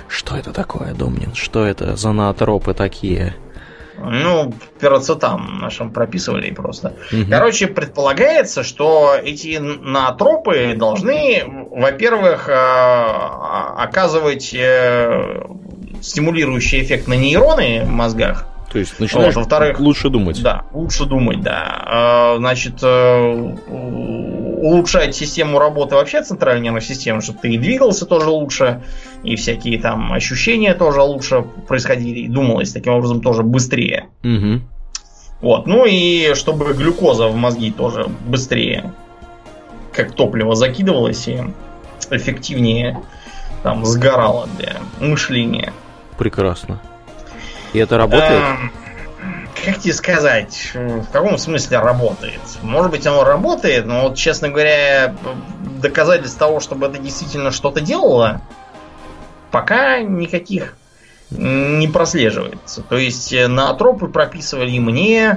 Что это такое, Домнин? Что это за ноотропы такие? Ну, пироцетам нашим прописывали просто. Короче, предполагается, что эти ноотропы должны, во-первых, оказывать стимулирующий эффект на нейроны в мозгах. То есть начинаешь во-вторых, лучше думать. Да, лучше думать, да. Значит, улучшать систему работы вообще центральной нервной системы, чтобы ты и двигался тоже лучше, и всякие там ощущения тоже лучше происходили, и думалось таким образом тоже быстрее. Угу. Вот, ну и чтобы глюкоза в мозги тоже быстрее, как топливо, закидывалось и эффективнее там сгорало для мышления. Прекрасно. И это работает? Как тебе сказать, в каком смысле работает? Может быть, оно работает, но вот, честно говоря, доказательств того, чтобы это действительно что-то делало, пока никаких не прослеживается. То есть ноотропы прописывали и мне,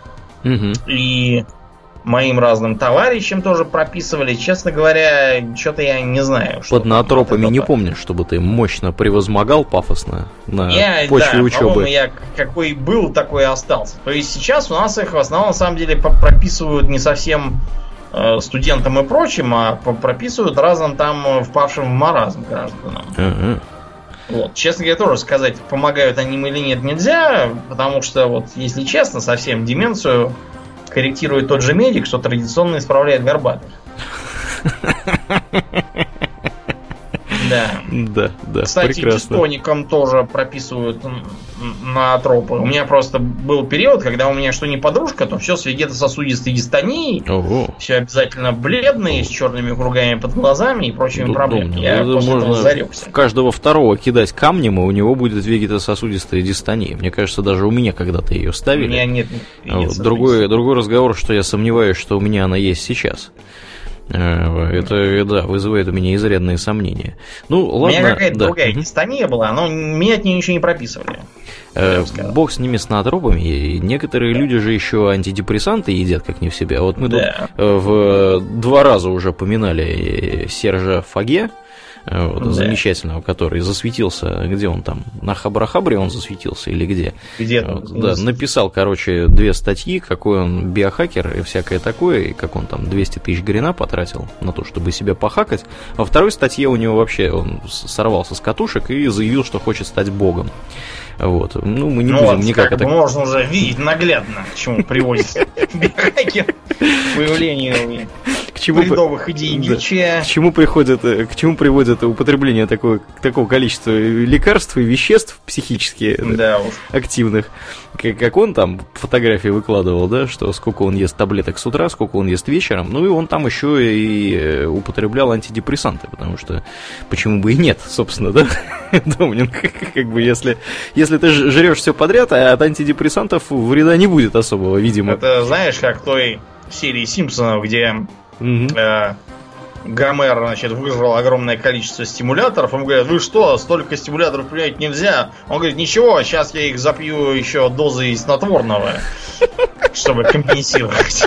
и моим разным товарищам тоже прописывали. Честно говоря, что-то я не знаю. Под ноотропами не помню, чтобы ты мощно превозмогал пафосно на почве учебы. Я какой был, такой и остался. То есть сейчас у нас их в основном на самом деле прописывают не совсем студентам и прочим, а прописывают разным там впавшим в маразм гражданам. Вот. Честно говоря, тоже сказать, помогают они им или нет, нельзя, потому что, вот, если честно, совсем деменцию корректирует тот же медик, что традиционно исправляет горбатых. Да. Кстати, дистоникам тоже прописывают ноотропы. У меня просто был период, когда у меня что не подружка, то все с вегетососудистой дистонией. Все обязательно бледные, с черными кругами под глазами и прочими проблемами. Я после этого зарекся. В каждого второго кидать камнем, и у него будет вегетососудистая дистония. Мне кажется, даже у меня когда-то ее ставили. У меня нет. Другой разговор, что я сомневаюсь, что у меня она есть сейчас. Это, да, вызывает у меня изрядные сомнения. Ну, ладно. У меня какая-то другая дистония была, но меня от нее ничего не прописывали. Бог с ними, с ноотропами. Некоторые люди же еще антидепрессанты едят как не в себя. Вот мы тут в 2 раза уже поминали Сержа Фаге, замечательного, который засветился, где он там, на Хабрахабре он засветился или где? Где-то. Написал, 2 статьи, какой он биохакер и всякое такое, и как он там 200 тысяч грина потратил на то, чтобы себя похакать. Во 2-й статье у него вообще он сорвался с катушек и заявил, что хочет стать богом. Вот. Ну, мы не будем никак это... Можно уже видеть наглядно, к чему приводит биохакер к появлению бредовых идей Ильича. К чему приводит употребление такого количества лекарств и веществ психически активных, как он там фотографии выкладывал, да, что сколько он ест таблеток с утра, сколько он ест вечером, ну и он там еще и употреблял антидепрессанты, потому что почему бы и нет, собственно, да, Домнин, как бы если ты жрешь все подряд, а от антидепрессантов вреда не будет особого, видимо. Это знаешь, как в той серии Симпсонов, где Гомер, выжрал огромное количество стимуляторов. Он говорит: вы что, столько стимуляторов принять нельзя? Он говорит: ничего, сейчас я их запью еще дозой снотворного, чтобы компенсировать.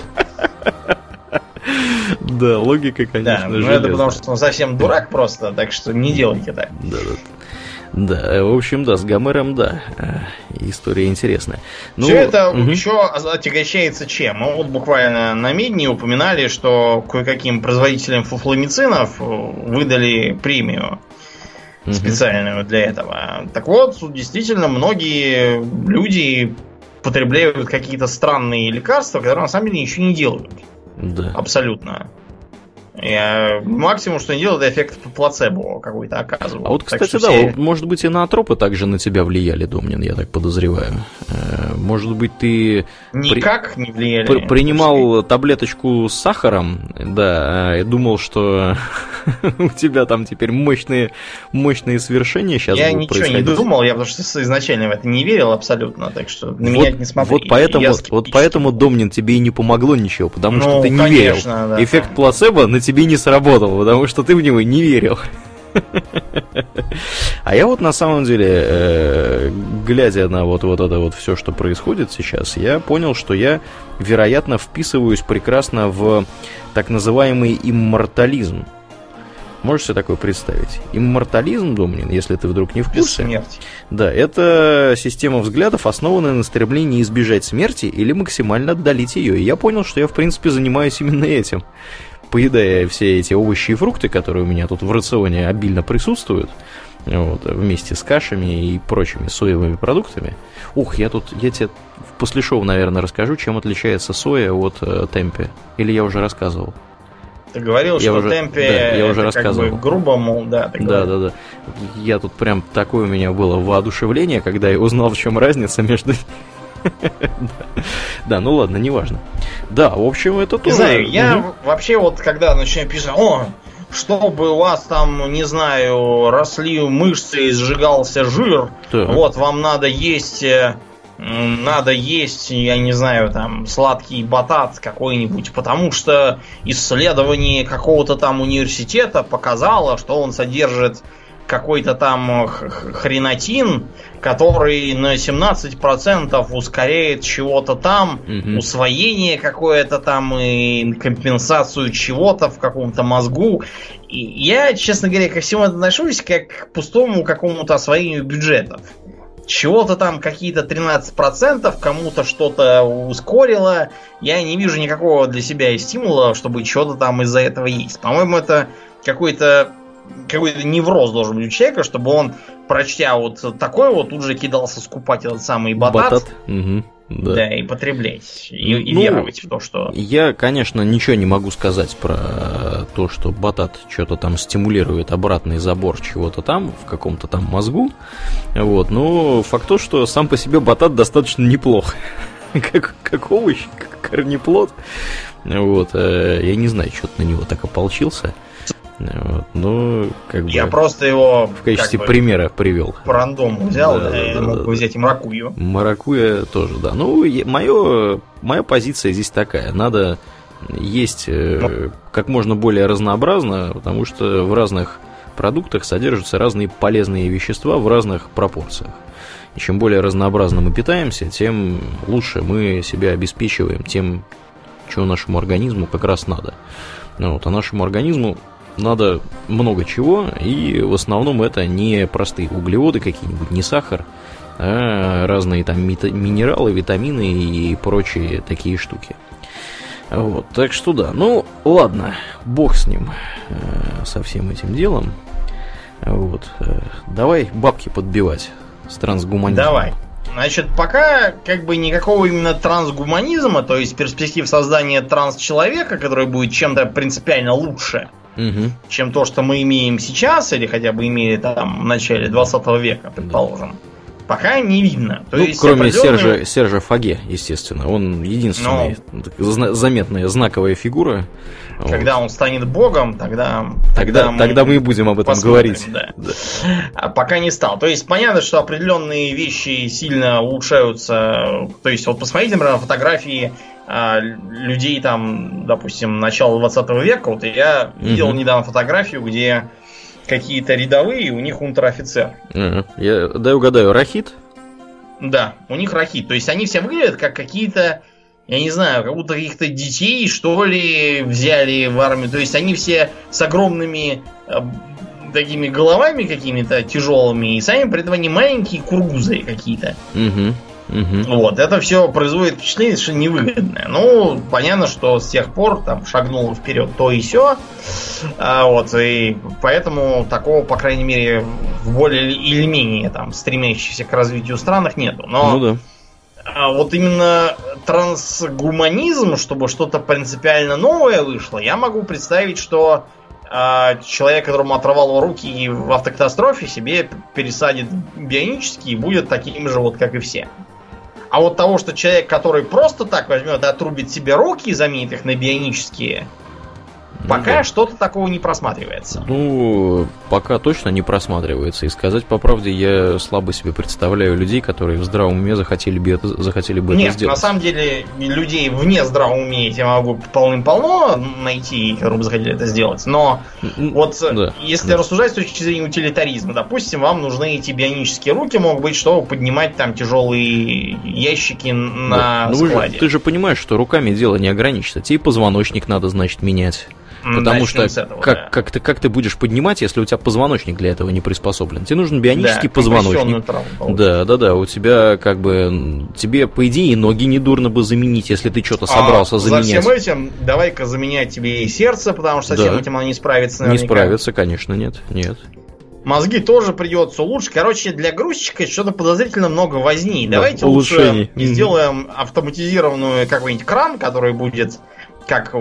Да, логика, конечно, да, это потому что он совсем дурак просто, так что не делайте так. Да, в общем, да, с Гомером, да, история интересная. Все это еще отягощается чем? Мы вот буквально на Медне упоминали, что кое-каким производителям фуфломицинов выдали премию специальную для этого. Так вот, действительно, многие люди потребляют какие-то странные лекарства, которые на самом деле ничего не делают. Да. Абсолютно. Максимум, что они делают, это эффект плацебо какой-то оказывают. А вот, кстати, да, может быть, и ноотропы также на тебя влияли, Домнин, я так подозреваю. Может быть, ты никак не влияли. Принимал таблеточку с сахаром, да, и думал, что у тебя там теперь мощные свершения сейчас будут происходить. Я ничего не думал, я потому что изначально в это не верил абсолютно, так что на меня не смотри. Вот поэтому, Домнин, тебе и не помогло ничего, потому что ты не верил. Да, эффект плацебо на тебе не сработал, потому что ты в него не верил. А я вот на самом деле, глядя на вот это вот все, что происходит сейчас, я понял, что я, вероятно, вписываюсь прекрасно в так называемый иммортализм. Можешь себе такое представить? Иммортализм, Домнин, если ты вдруг не в курсе. Бессмертие. Да, это система взглядов, основанная на стремлении избежать смерти или максимально отдалить ее. И я понял, что я, в принципе, занимаюсь именно этим. Поедая все эти овощи и фрукты, которые у меня тут в рационе обильно присутствуют, вот, вместе с кашами и прочими соевыми продуктами. Ух, я тебе после шоу, наверное, расскажу, чем отличается соя от темпе. Или я уже рассказывал? Ты говорил, что темпе я уже рассказывал. Как бы грубо, мол, да. Да. Я тут прям такое у меня было воодушевление, когда я узнал, в чем разница между... Да, ну ладно, неважно. Да, в общем, это тоже... Не знаю, я вообще вот, когда начинаю писать, чтобы у вас там, не знаю, росли мышцы и сжигался жир, вот, вам надо есть, я не знаю, там, сладкий батат какой-нибудь, потому что исследование какого-то там университета показало, что он содержит какой-то там хренотин, который на 17% ускоряет чего-то там, усвоение какое-то там и компенсацию чего-то в каком-то мозгу. И я, честно говоря, ко всему отношусь как к пустому какому-то освоению бюджетов. Чего-то там какие-то 13%, кому-то что-то ускорило. Я не вижу никакого для себя стимула, чтобы чего-то там из-за этого есть. По-моему, это какой-то невроз должен быть у человека, чтобы он, прочтя вот такое вот, тут же кидался скупать этот самый батат. Да, и потреблять. И веровать в то, что... Я, конечно, ничего не могу сказать про то, что батат что-то там стимулирует обратный забор чего-то там, в каком-то там мозгу. Вот, но факт то, что сам по себе батат достаточно неплох. Как овощ, как корнеплод. Вот, я не знаю, что ты на него так ополчился. Вот, ну, как бы я просто его в качестве примера привел. По рандому взял, я мог бы взять и маракуйю. Маракуйя тоже, да. Ну, моя позиция здесь такая. Надо есть как можно более разнообразно, потому что в разных продуктах содержатся разные полезные вещества в разных пропорциях. И чем более разнообразно мы питаемся, тем лучше мы себя обеспечиваем тем, чего нашему организму как раз надо. Вот, а нашему организму надо много чего, и в основном это не простые углеводы какие-нибудь, не сахар, а разные там минералы, витамины и прочие такие штуки. Вот, так что да, ну ладно, бог с ним, со всем этим делом. Вот, давай бабки подбивать с трансгуманизмом. Давай. Значит, пока как бы никакого именно трансгуманизма, то есть перспектив создания трансчеловека, который будет чем-то принципиально лучше, чем то, что мы имеем сейчас, или хотя бы имели там в начале 20 века, предположим, пока не видно. То есть кроме Сержа Фаге, естественно. Он единственная заметная знаковая фигура. Когда он станет богом, тогда мы и будем об этом говорить. Да. А пока не стал. То есть понятно, что определенные вещи сильно улучшаются. То есть вот посмотрите, например, на фотографии людей там, допустим, начала 20 века. Вот я видел недавно фотографию, где какие-то рядовые, у них унтер-офицер. Дай угадаю, рахит? Да, у них рахит. То есть они все выглядят как какие-то, я не знаю, как будто каких-то детей, что ли, взяли в армию. То есть они все с огромными такими головами какими-то тяжелыми, и сами при этом они маленькие кургузы какие-то. Вот, это все производит впечатление, что невыгодное. Ну, понятно, что с тех пор там шагнуло вперед то и сё. Вот, и поэтому такого, по крайней мере, в более или менее там стремящихся к развитию странах нету. Но вот именно трансгуманизм, чтобы что-то принципиально новое вышло, я могу представить, что человек, которому оторвало руки в автокатастрофе, себе пересадит бионически и будет таким же, вот как и все. А вот того, что человек, который просто так возьмет и отрубит себе руки и заменит их на бионические, пока что-то такого не просматривается. Ну, пока точно не просматривается. И сказать по правде, я слабо себе представляю людей, которые в здравом уме захотели бы это сделать. Нет, на самом деле, людей вне здравого ума я могу полным-полно найти, которые бы захотели это сделать. Но вот если рассуждать с точки зрения утилитаризма, допустим, вам нужны эти бионические руки, могут быть, чтобы поднимать там тяжелые ящики на складе. Ты же понимаешь, что руками дело не ограничится. Тебе позвоночник надо, значит, менять. Потому что как ты будешь поднимать, если у тебя позвоночник для этого не приспособлен? Тебе нужен бионический позвоночник. Да. У тебя тебе, по идее, и ноги не дурно бы заменить, если ты что-то собрался заменять. За всем этим давай-ка заменять тебе и сердце, потому что со всем этим оно не справится наверняка. Не справится, конечно, нет. Мозги тоже придется улучшить. Короче, для грузчика что-то подозрительно много возни. Давайте лучше сделаем автоматизированную какой-нибудь кран, который будет как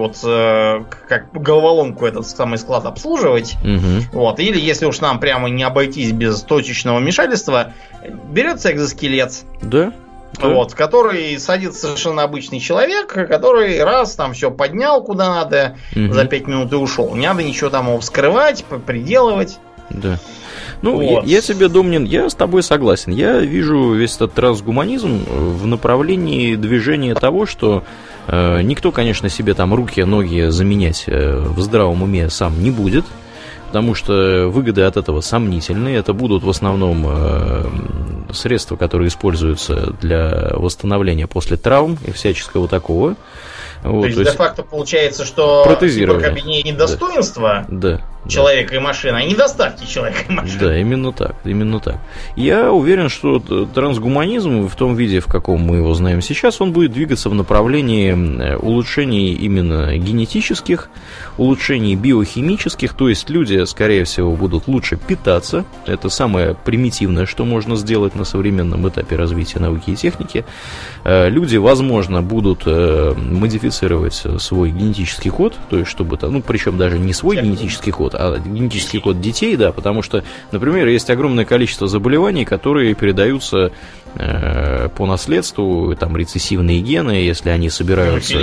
головоломку этот самый склад обслуживать. Вот. Или если уж нам прямо не обойтись без точечного вмешательства, берется экзоскелет. Да. Вот, в который садится совершенно обычный человек, который раз там все поднял куда надо, за 5 минут и ушел. Не надо ничего там его вскрывать, приделывать. Да. Я тебе, Домнин, я с тобой согласен. Я вижу весь этот трансгуманизм в направлении движения того, что никто, конечно, себе там руки, ноги заменять в здравом уме сам не будет, потому что выгоды от этого сомнительные. Это будут в основном средства, которые используются для восстановления после травм и всяческого такого. То есть де-факто получается, что киборг объединяет недостоинства человека и машины, а недостатки человека и машины. Да, именно так. Я уверен, что трансгуманизм в том виде, в каком мы его знаем сейчас, он будет двигаться в направлении улучшений именно генетических, улучшений биохимических, то есть люди, скорее всего, будут лучше питаться. Это самое примитивное, что можно сделать на современном этапе развития науки и техники. Люди, возможно, будут модифицировать свой генетический код, то есть чтобы причем даже не свой генетический код, а генетический код детей, да, потому что, например, есть огромное количество заболеваний, которые передаются по наследству, там рецессивные гены, если они собираются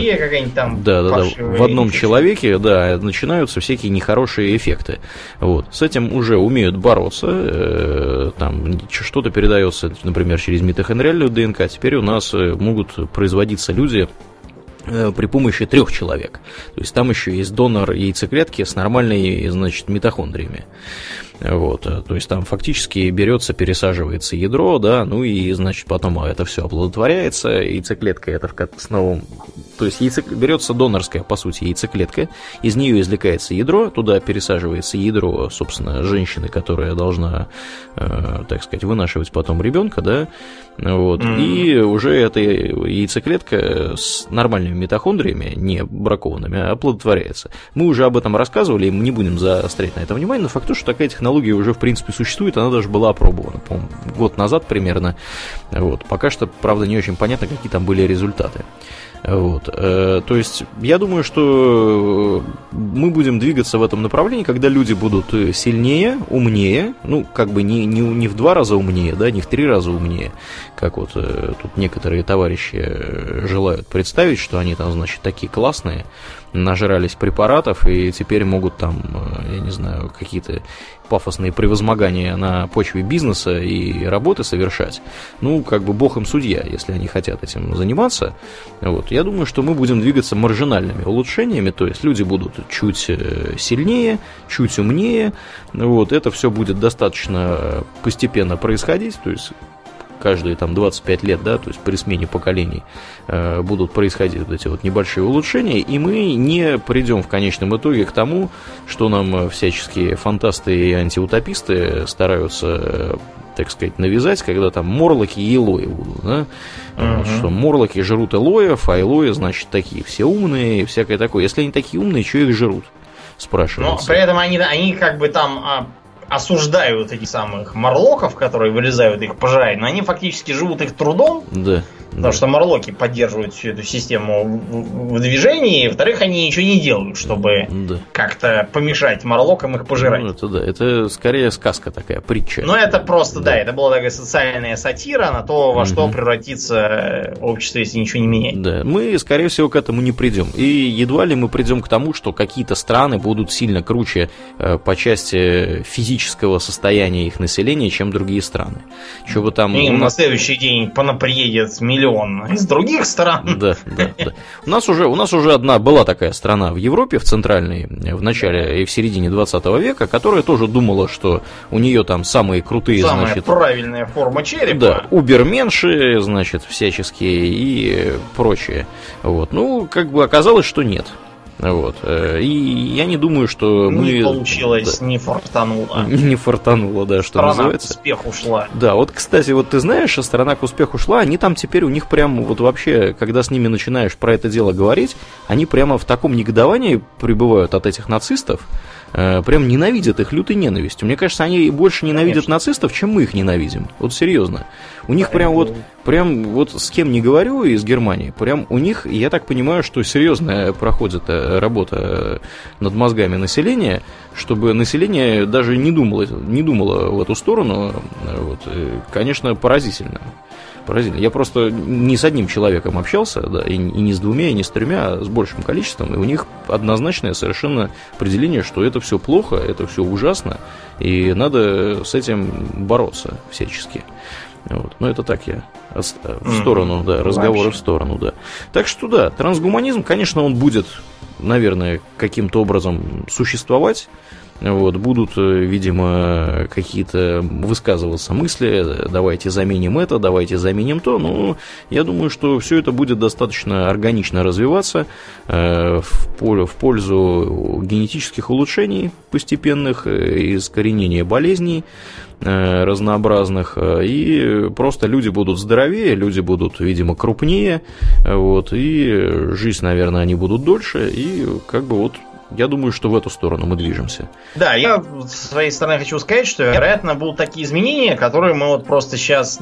в одном человеке, начинаются всякие нехорошие эффекты. Вот. С этим уже умеют бороться, там что-то передается, например, через митохондриальную ДНК, теперь у нас могут производиться люди при помощи 3 человек. То есть там еще есть донор яйцеклетки с нормальной, митохондриями. Вот, то есть там фактически берется, пересаживается ядро, да, и, потом это все оплодотворяется, яйцеклетка это с новым, то есть берется донорская, по сути, яйцеклетка, из нее извлекается ядро, туда пересаживается ядро, собственно, женщины, которая должна, так сказать, вынашивать потом ребенка, да, вот, и уже эта яйцеклетка с нормальными митохондриями, не бракованными, оплодотворяется. Мы уже об этом рассказывали, и мы не будем заострять на это внимание, но факт то, что такая технология уже, в принципе, существует, она даже была опробована, по-моему, год назад примерно. Вот. Пока что, правда, не очень понятно, какие там были результаты. Вот. То есть, я думаю, что мы будем двигаться в этом направлении, когда люди будут сильнее, умнее, не в 2 раза умнее, да, не в 3 раза умнее, как вот тут некоторые товарищи желают представить, что они там, такие классные, нажрались препаратов и теперь могут там, я не знаю, какие-то пафосные превозмогания на почве бизнеса и работы совершать. Бог им судья, если они хотят этим заниматься. Вот. Я думаю, что мы будем двигаться маржинальными улучшениями, то есть люди будут чуть сильнее, чуть умнее. Вот. Это все будет достаточно постепенно происходить, то есть каждые 25 лет, да, то есть при смене поколений будут происходить вот эти вот небольшие улучшения, и мы не придем в конечном итоге к тому, что нам всяческие фантасты и антиутописты стараются, так сказать, навязать, когда там морлоки и элои будут, да? Что морлоки жрут элоев, а элои, такие все умные и всякое такое. Если они такие умные, что их жрут? Спрашивается. Но при этом они осуждают этих самых морлоков, которые вылезают их пожирать, но они фактически живут их трудом. Да. Потому что морлоки поддерживают всю эту систему в движении, и, во-вторых, они ничего не делают, чтобы как-то помешать морлокам их пожирать. Это скорее сказка такая, притча. Это просто, это была такая социальная сатира на то, во что превратится общество, если ничего не менять. Да, мы, скорее всего, к этому не придем. И едва ли мы придем к тому, что какие-то страны будут сильно круче по части физического состояния их населения, чем другие страны. Чего там... на следующий день приедет миллион из других стран. Да. У нас уже одна была такая страна в Европе, в центральной, в начале и в середине 20 века, которая тоже думала, что у нее там самые крутые, самая правильная форма черепа. Да, уберменши, всяческие и прочее. Вот. Оказалось, что нет. Вот. И я не думаю, что мы... Не получилось, да, не фартануло. Не фартануло, да, что страна называется. Страна к успеху ушла. Да, вот, кстати, вот ты знаешь, страна к успеху шла, они там теперь, у них прям вот вообще, когда с ними начинаешь про это дело говорить, они прямо в таком негодовании пребывают от этих нацистов, прям ненавидят их лютой ненавистью. Мне кажется, они больше ненавидят нацистов, чем мы их ненавидим. Вот серьезно. У них прям вот с кем не говорю из Германии, прям у них, я так понимаю, что серьезная проходит работа над мозгами населения, чтобы население даже не думало в эту сторону. Вот, конечно, поразительно. Я просто не с одним человеком общался, да, и не с двумя, и не с тремя, а с большим количеством, и у них однозначное совершенно определение, что это все плохо, это все ужасно, и надо с этим бороться всячески. Вот. Но это так я в сторону, да, разговоры в сторону, да. Так что да, трансгуманизм, конечно, он будет, наверное, каким-то образом существовать. Вот, будут, видимо, какие-то высказываться мысли, давайте заменим это, давайте заменим то. Ну, я думаю, что все это будет достаточно органично развиваться в пользу генетических улучшений постепенных, искоренения болезней разнообразных, и просто люди будут здоровее, люди будут, видимо, крупнее, вот, и жизнь, наверное, они будут дольше, и как бы вот я думаю, что в эту сторону мы движемся. Да, я с своей стороны хочу сказать, что, вероятно, будут такие изменения, которые мы вот просто сейчас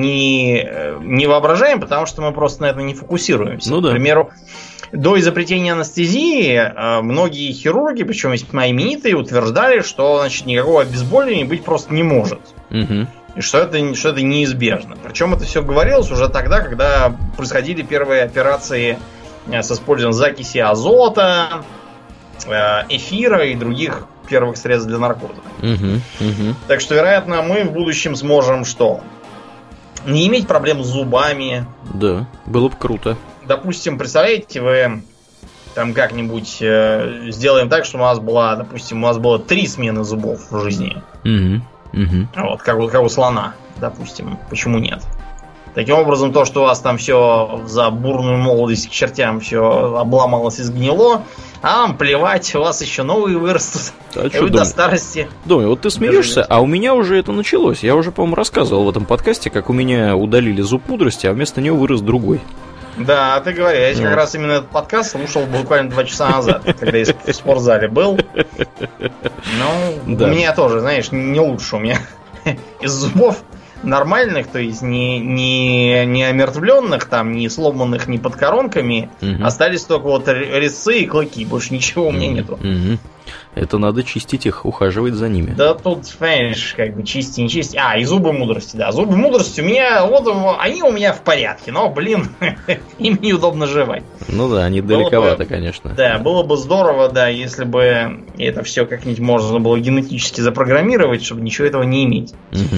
не воображаем, потому что мы просто на это не фокусируемся. Ну да. К примеру, до изобретения анестезии многие хирурги, причем весьма именитые, утверждали, что, значит, никакого обезболивания быть просто не может. Угу. И что это неизбежно. Причем это все говорилось уже тогда, когда происходили первые операции с использованием закиси азота, эфира и других первых средств для наркоза. Так что, вероятно, мы в будущем сможем что? Не иметь проблем с зубами. Да, было бы круто. Допустим, представляете, вы там как-нибудь сделаем так, что у нас было 3 смены зубов в жизни. Вот, как у слона, допустим. Почему нет? Таким образом, то, что у вас там все за бурную молодость к чертям все обломалось и сгнило, а вам плевать, у вас еще новые вырастут. И вы до старости. Думаю, вот ты смеешься, а у меня уже это началось. Я уже, по-моему, рассказывал в этом подкасте, как у меня удалили зуб мудрости, а вместо него вырос другой. Да, ты говоришь, я как раз именно этот подкаст слушал буквально 2 часа назад, когда я в спортзале был. Ну, у меня тоже, знаешь, не лучше. У меня из зубов нормальных, то есть не омертвленных, там, не сломанных, не под коронками, остались только вот резцы и клыки, больше ничего у меня нету. Это надо чистить их, ухаживать за ними. Да тут, понимаешь, как бы чисти, не чисти. И зубы мудрости, да. Зубы мудрости у меня, вот они у меня в порядке, но, блин, им неудобно жевать. Ну да, они далековато, конечно. Да, было бы здорово, да, если бы это все как-нибудь можно было генетически запрограммировать, чтобы ничего этого не иметь.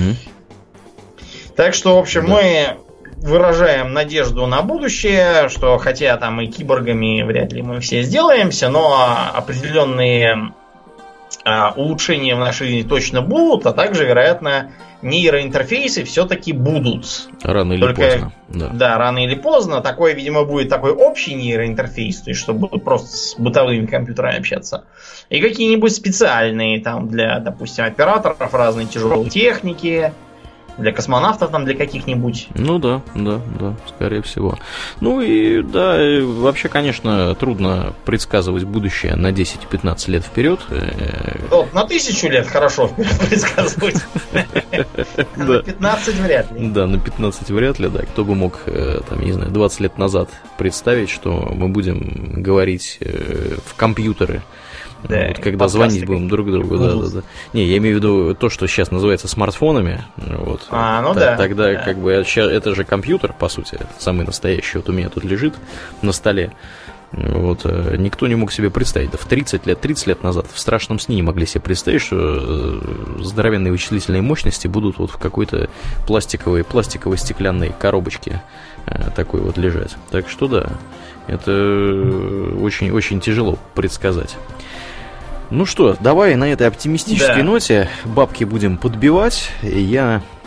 Так что, в общем, мы выражаем надежду на будущее, что хотя там и киборгами вряд ли мы все сделаемся, но определенные улучшения в нашей жизни точно будут, а также, вероятно, нейроинтерфейсы все-таки будут. Рано или поздно. Да, рано или поздно. Такой, видимо, будет такой общий нейроинтерфейс, то есть чтобы просто с бытовыми компьютерами общаться. И какие-нибудь специальные там для, допустим, операторов разной тяжелой техники, для космонавтов там, для каких-нибудь. Ну да, скорее всего. Ну и да, вообще, конечно, трудно предсказывать будущее на 10-15 лет вперед. Вот, на 1000 лет хорошо предсказывать. На 15 вряд ли. Да, на 15 вряд ли, да. Кто бы мог, там, не знаю, 20 лет назад представить, что мы будем говорить в компьютеры. Да, вот, когда звонить будем друг другу, да. Не, я имею в виду то, что сейчас называется смартфонами. Вот. Тогда как бы это же компьютер, по сути, самый настоящий. Вот у меня тут лежит на столе. Вот, никто не мог себе представить, да, в 30 лет назад в страшном сне не могли себе представить, что здоровенные вычислительные мощности будут вот в какой-то пластиковой стеклянной коробочке такой вот лежать. Так что да, это очень тяжело предсказать. Ну что, давай на этой оптимистической ноте бабки будем подбивать. Я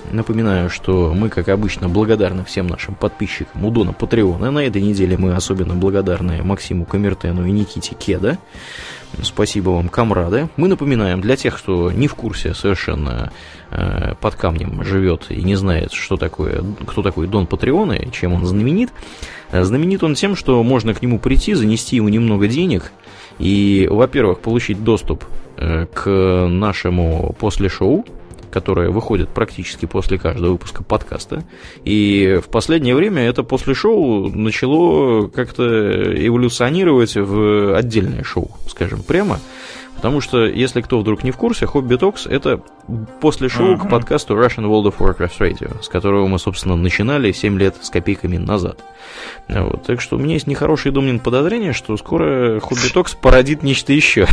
Напоминаю, что мы, как обычно, благодарны всем нашим подписчикам у Дона Патреона. На этой неделе мы особенно благодарны Максиму Камертену и Никите Кеда. Спасибо вам, комрады. Мы напоминаем, для тех, кто не в курсе совершенно под камнем живет и не знает, кто такой Дон Патреона и чем он знаменит. Знаменит он тем, что можно к нему прийти, занести ему немного денег и, во-первых, получить доступ к нашему после-шоу, которое выходит практически после каждого выпуска подкаста. И в последнее время это после шоу начало как-то эволюционировать в отдельное шоу, скажем прямо. Потому что, если кто вдруг не в курсе, Hobby Talks — это после шоу к подкасту Russian World of Warcraft Radio, с которого мы, собственно, начинали 7 лет с копейками назад. Вот. Так что у меня есть нехорошее Домнин подозрение, что скоро Hobby Talks породит нечто еще.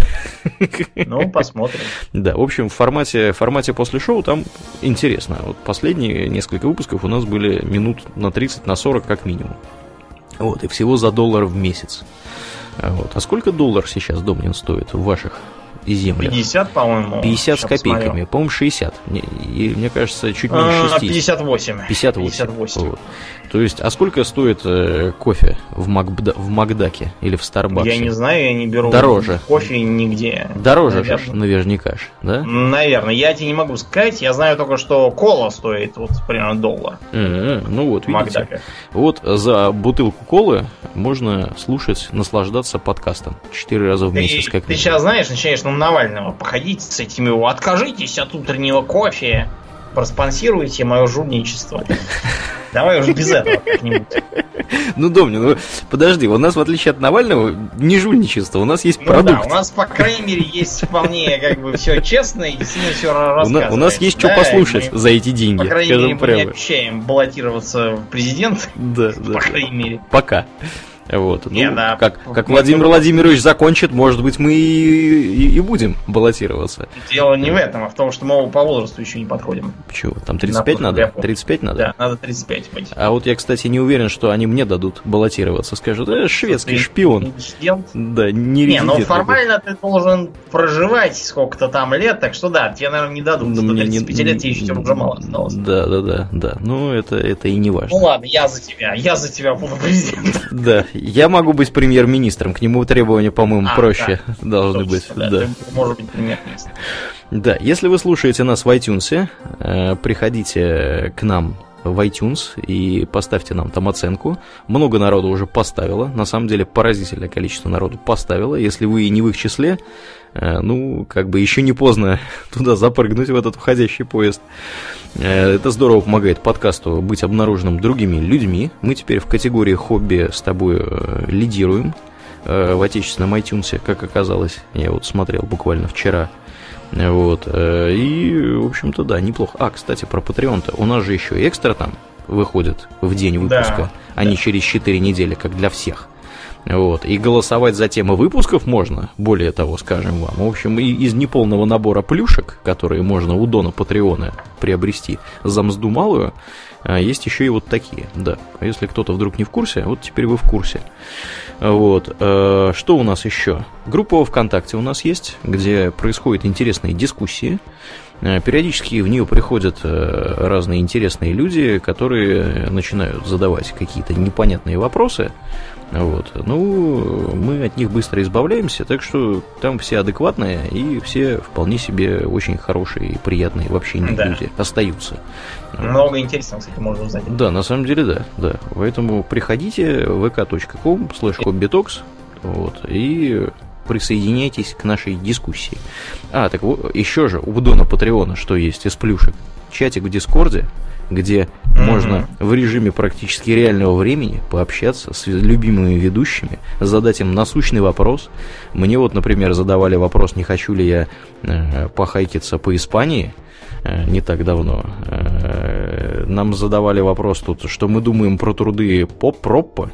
Ну, посмотрим. Да, в общем, в формате после шоу там интересно. Вот последние несколько выпусков у нас были минут на 30, на 40 как минимум. Вот, и всего за $1 в месяц. Вот. А сколько $1 сейчас, Домнин, стоит в ваших землях? 50, по-моему. 50 с копейками. Посмотрел. По-моему, 60. И, мне кажется, чуть меньше 60. 58. 58. Вот. То есть, а сколько стоит кофе в Макдаке или в Старбаксе? Я не знаю, я не беру дороже. Кофе нигде. Дороже же, наверняка ж, да? Наверное. Я тебе не могу сказать. Я знаю только, что кола стоит вот примерно $1. Ну вот, видите. Вот за бутылку колы можно слушать, наслаждаться подкастом 4 раза в месяц. Как ты сейчас, знаешь, начинаешь на Навального походить с этими: откажитесь от утреннего кофе, проспонсируйте мое жульничество. Давай уже без этого как-нибудь. Ну, Домнин, подожди, у нас, в отличие от Навального, не жульничество, у нас есть продукт. Да, у нас, по крайней мере, есть вполне как бы все честно и действительно все рассказывает. У нас есть что послушать за эти деньги. По крайней мере, мы не обещаем баллотироваться в президент. Да, по крайней мере. Пока. Вот. Ну, да. Как Владимир Владимирович закончит, может быть, мы и будем баллотироваться. Дело не в этом, а в том, что мы по возрасту еще не подходим. Почему? Там 35 надо? 35 надо? Да, надо 35 быть. А вот я, кстати, не уверен, что они мне дадут баллотироваться. Скажут: шведский шпион. Да, не резидент. Но формально ты должен проживать сколько-то там лет, так что да, тебе, наверное, не дадут. До 35 лет тебе еще уже мало осталось. Да. Ну, это и не важно. Ну ладно, я за тебя буду президентом. Да. Я могу быть премьер-министром, к нему требования, по-моему, проще должны быть. Да. Может быть премьер-министр. Да, если вы слушаете нас в iTunes, приходите к нам в iTunes и поставьте нам там оценку. Много народу уже поставило, на самом деле поразительное количество народу поставило. Если вы не в их числе, ну, как бы еще не поздно туда запрыгнуть, в этот входящий поезд. Это здорово помогает подкасту быть обнаруженным другими людьми. Мы теперь в категории хобби с тобой лидируем в отечественном iTunes, как оказалось. Я вот смотрел буквально вчера. Вот. И, в общем-то, да, неплохо. Кстати, про Patreon-то. У нас же еще экстра там выходит в день выпуска, а не через 4 недели, как для всех. Вот. И голосовать за темы выпусков можно, более того, скажем вам. В общем, из неполного набора плюшек, которые можно у Дона Патреона приобрести за мзду малую, есть еще и вот такие. Да. А если кто-то вдруг не в курсе, вот теперь вы в курсе. Вот. Что у нас еще? Группа во ВКонтакте у нас есть, где происходят интересные дискуссии. Периодически в нее приходят разные интересные люди, которые начинают задавать какие-то непонятные вопросы. Вот. Ну, мы от них быстро избавляемся, так что там все адекватные и все вполне себе очень хорошие и приятные в общении люди остаются. Много интересного, кстати, можно узнать. Да, на самом деле, да. Поэтому приходите vk.com/hobbytalks, вот, и присоединяйтесь к нашей дискуссии. Так вот, еще же у Дона Патреона что есть из плюшек? Чатик в Дискорде, где можно в режиме практически реального времени пообщаться с любимыми ведущими, задать им насущный вопрос. Мне вот, например, задавали вопрос, не хочу ли я похайкиться по Испании не так давно. Нам задавали вопрос тут, что мы думаем про труды Проппа.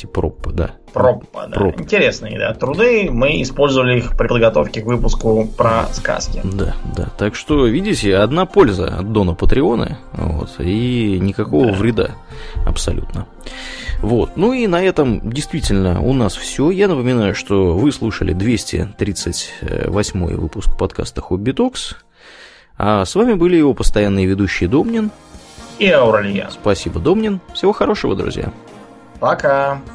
Интересные, да, труды. Мы использовали их при подготовке к выпуску про сказки. Да. Так что, видите, одна польза от Дона Патреона, вот, и никакого вреда абсолютно. Вот. Ну и на этом действительно у нас все. Я напоминаю, что вы слушали 238-й выпуск подкаста Hobby Talks. А с вами были его постоянные ведущие Домнин и Аурельян. Спасибо, Домнин. Всего хорошего, друзья. Пока.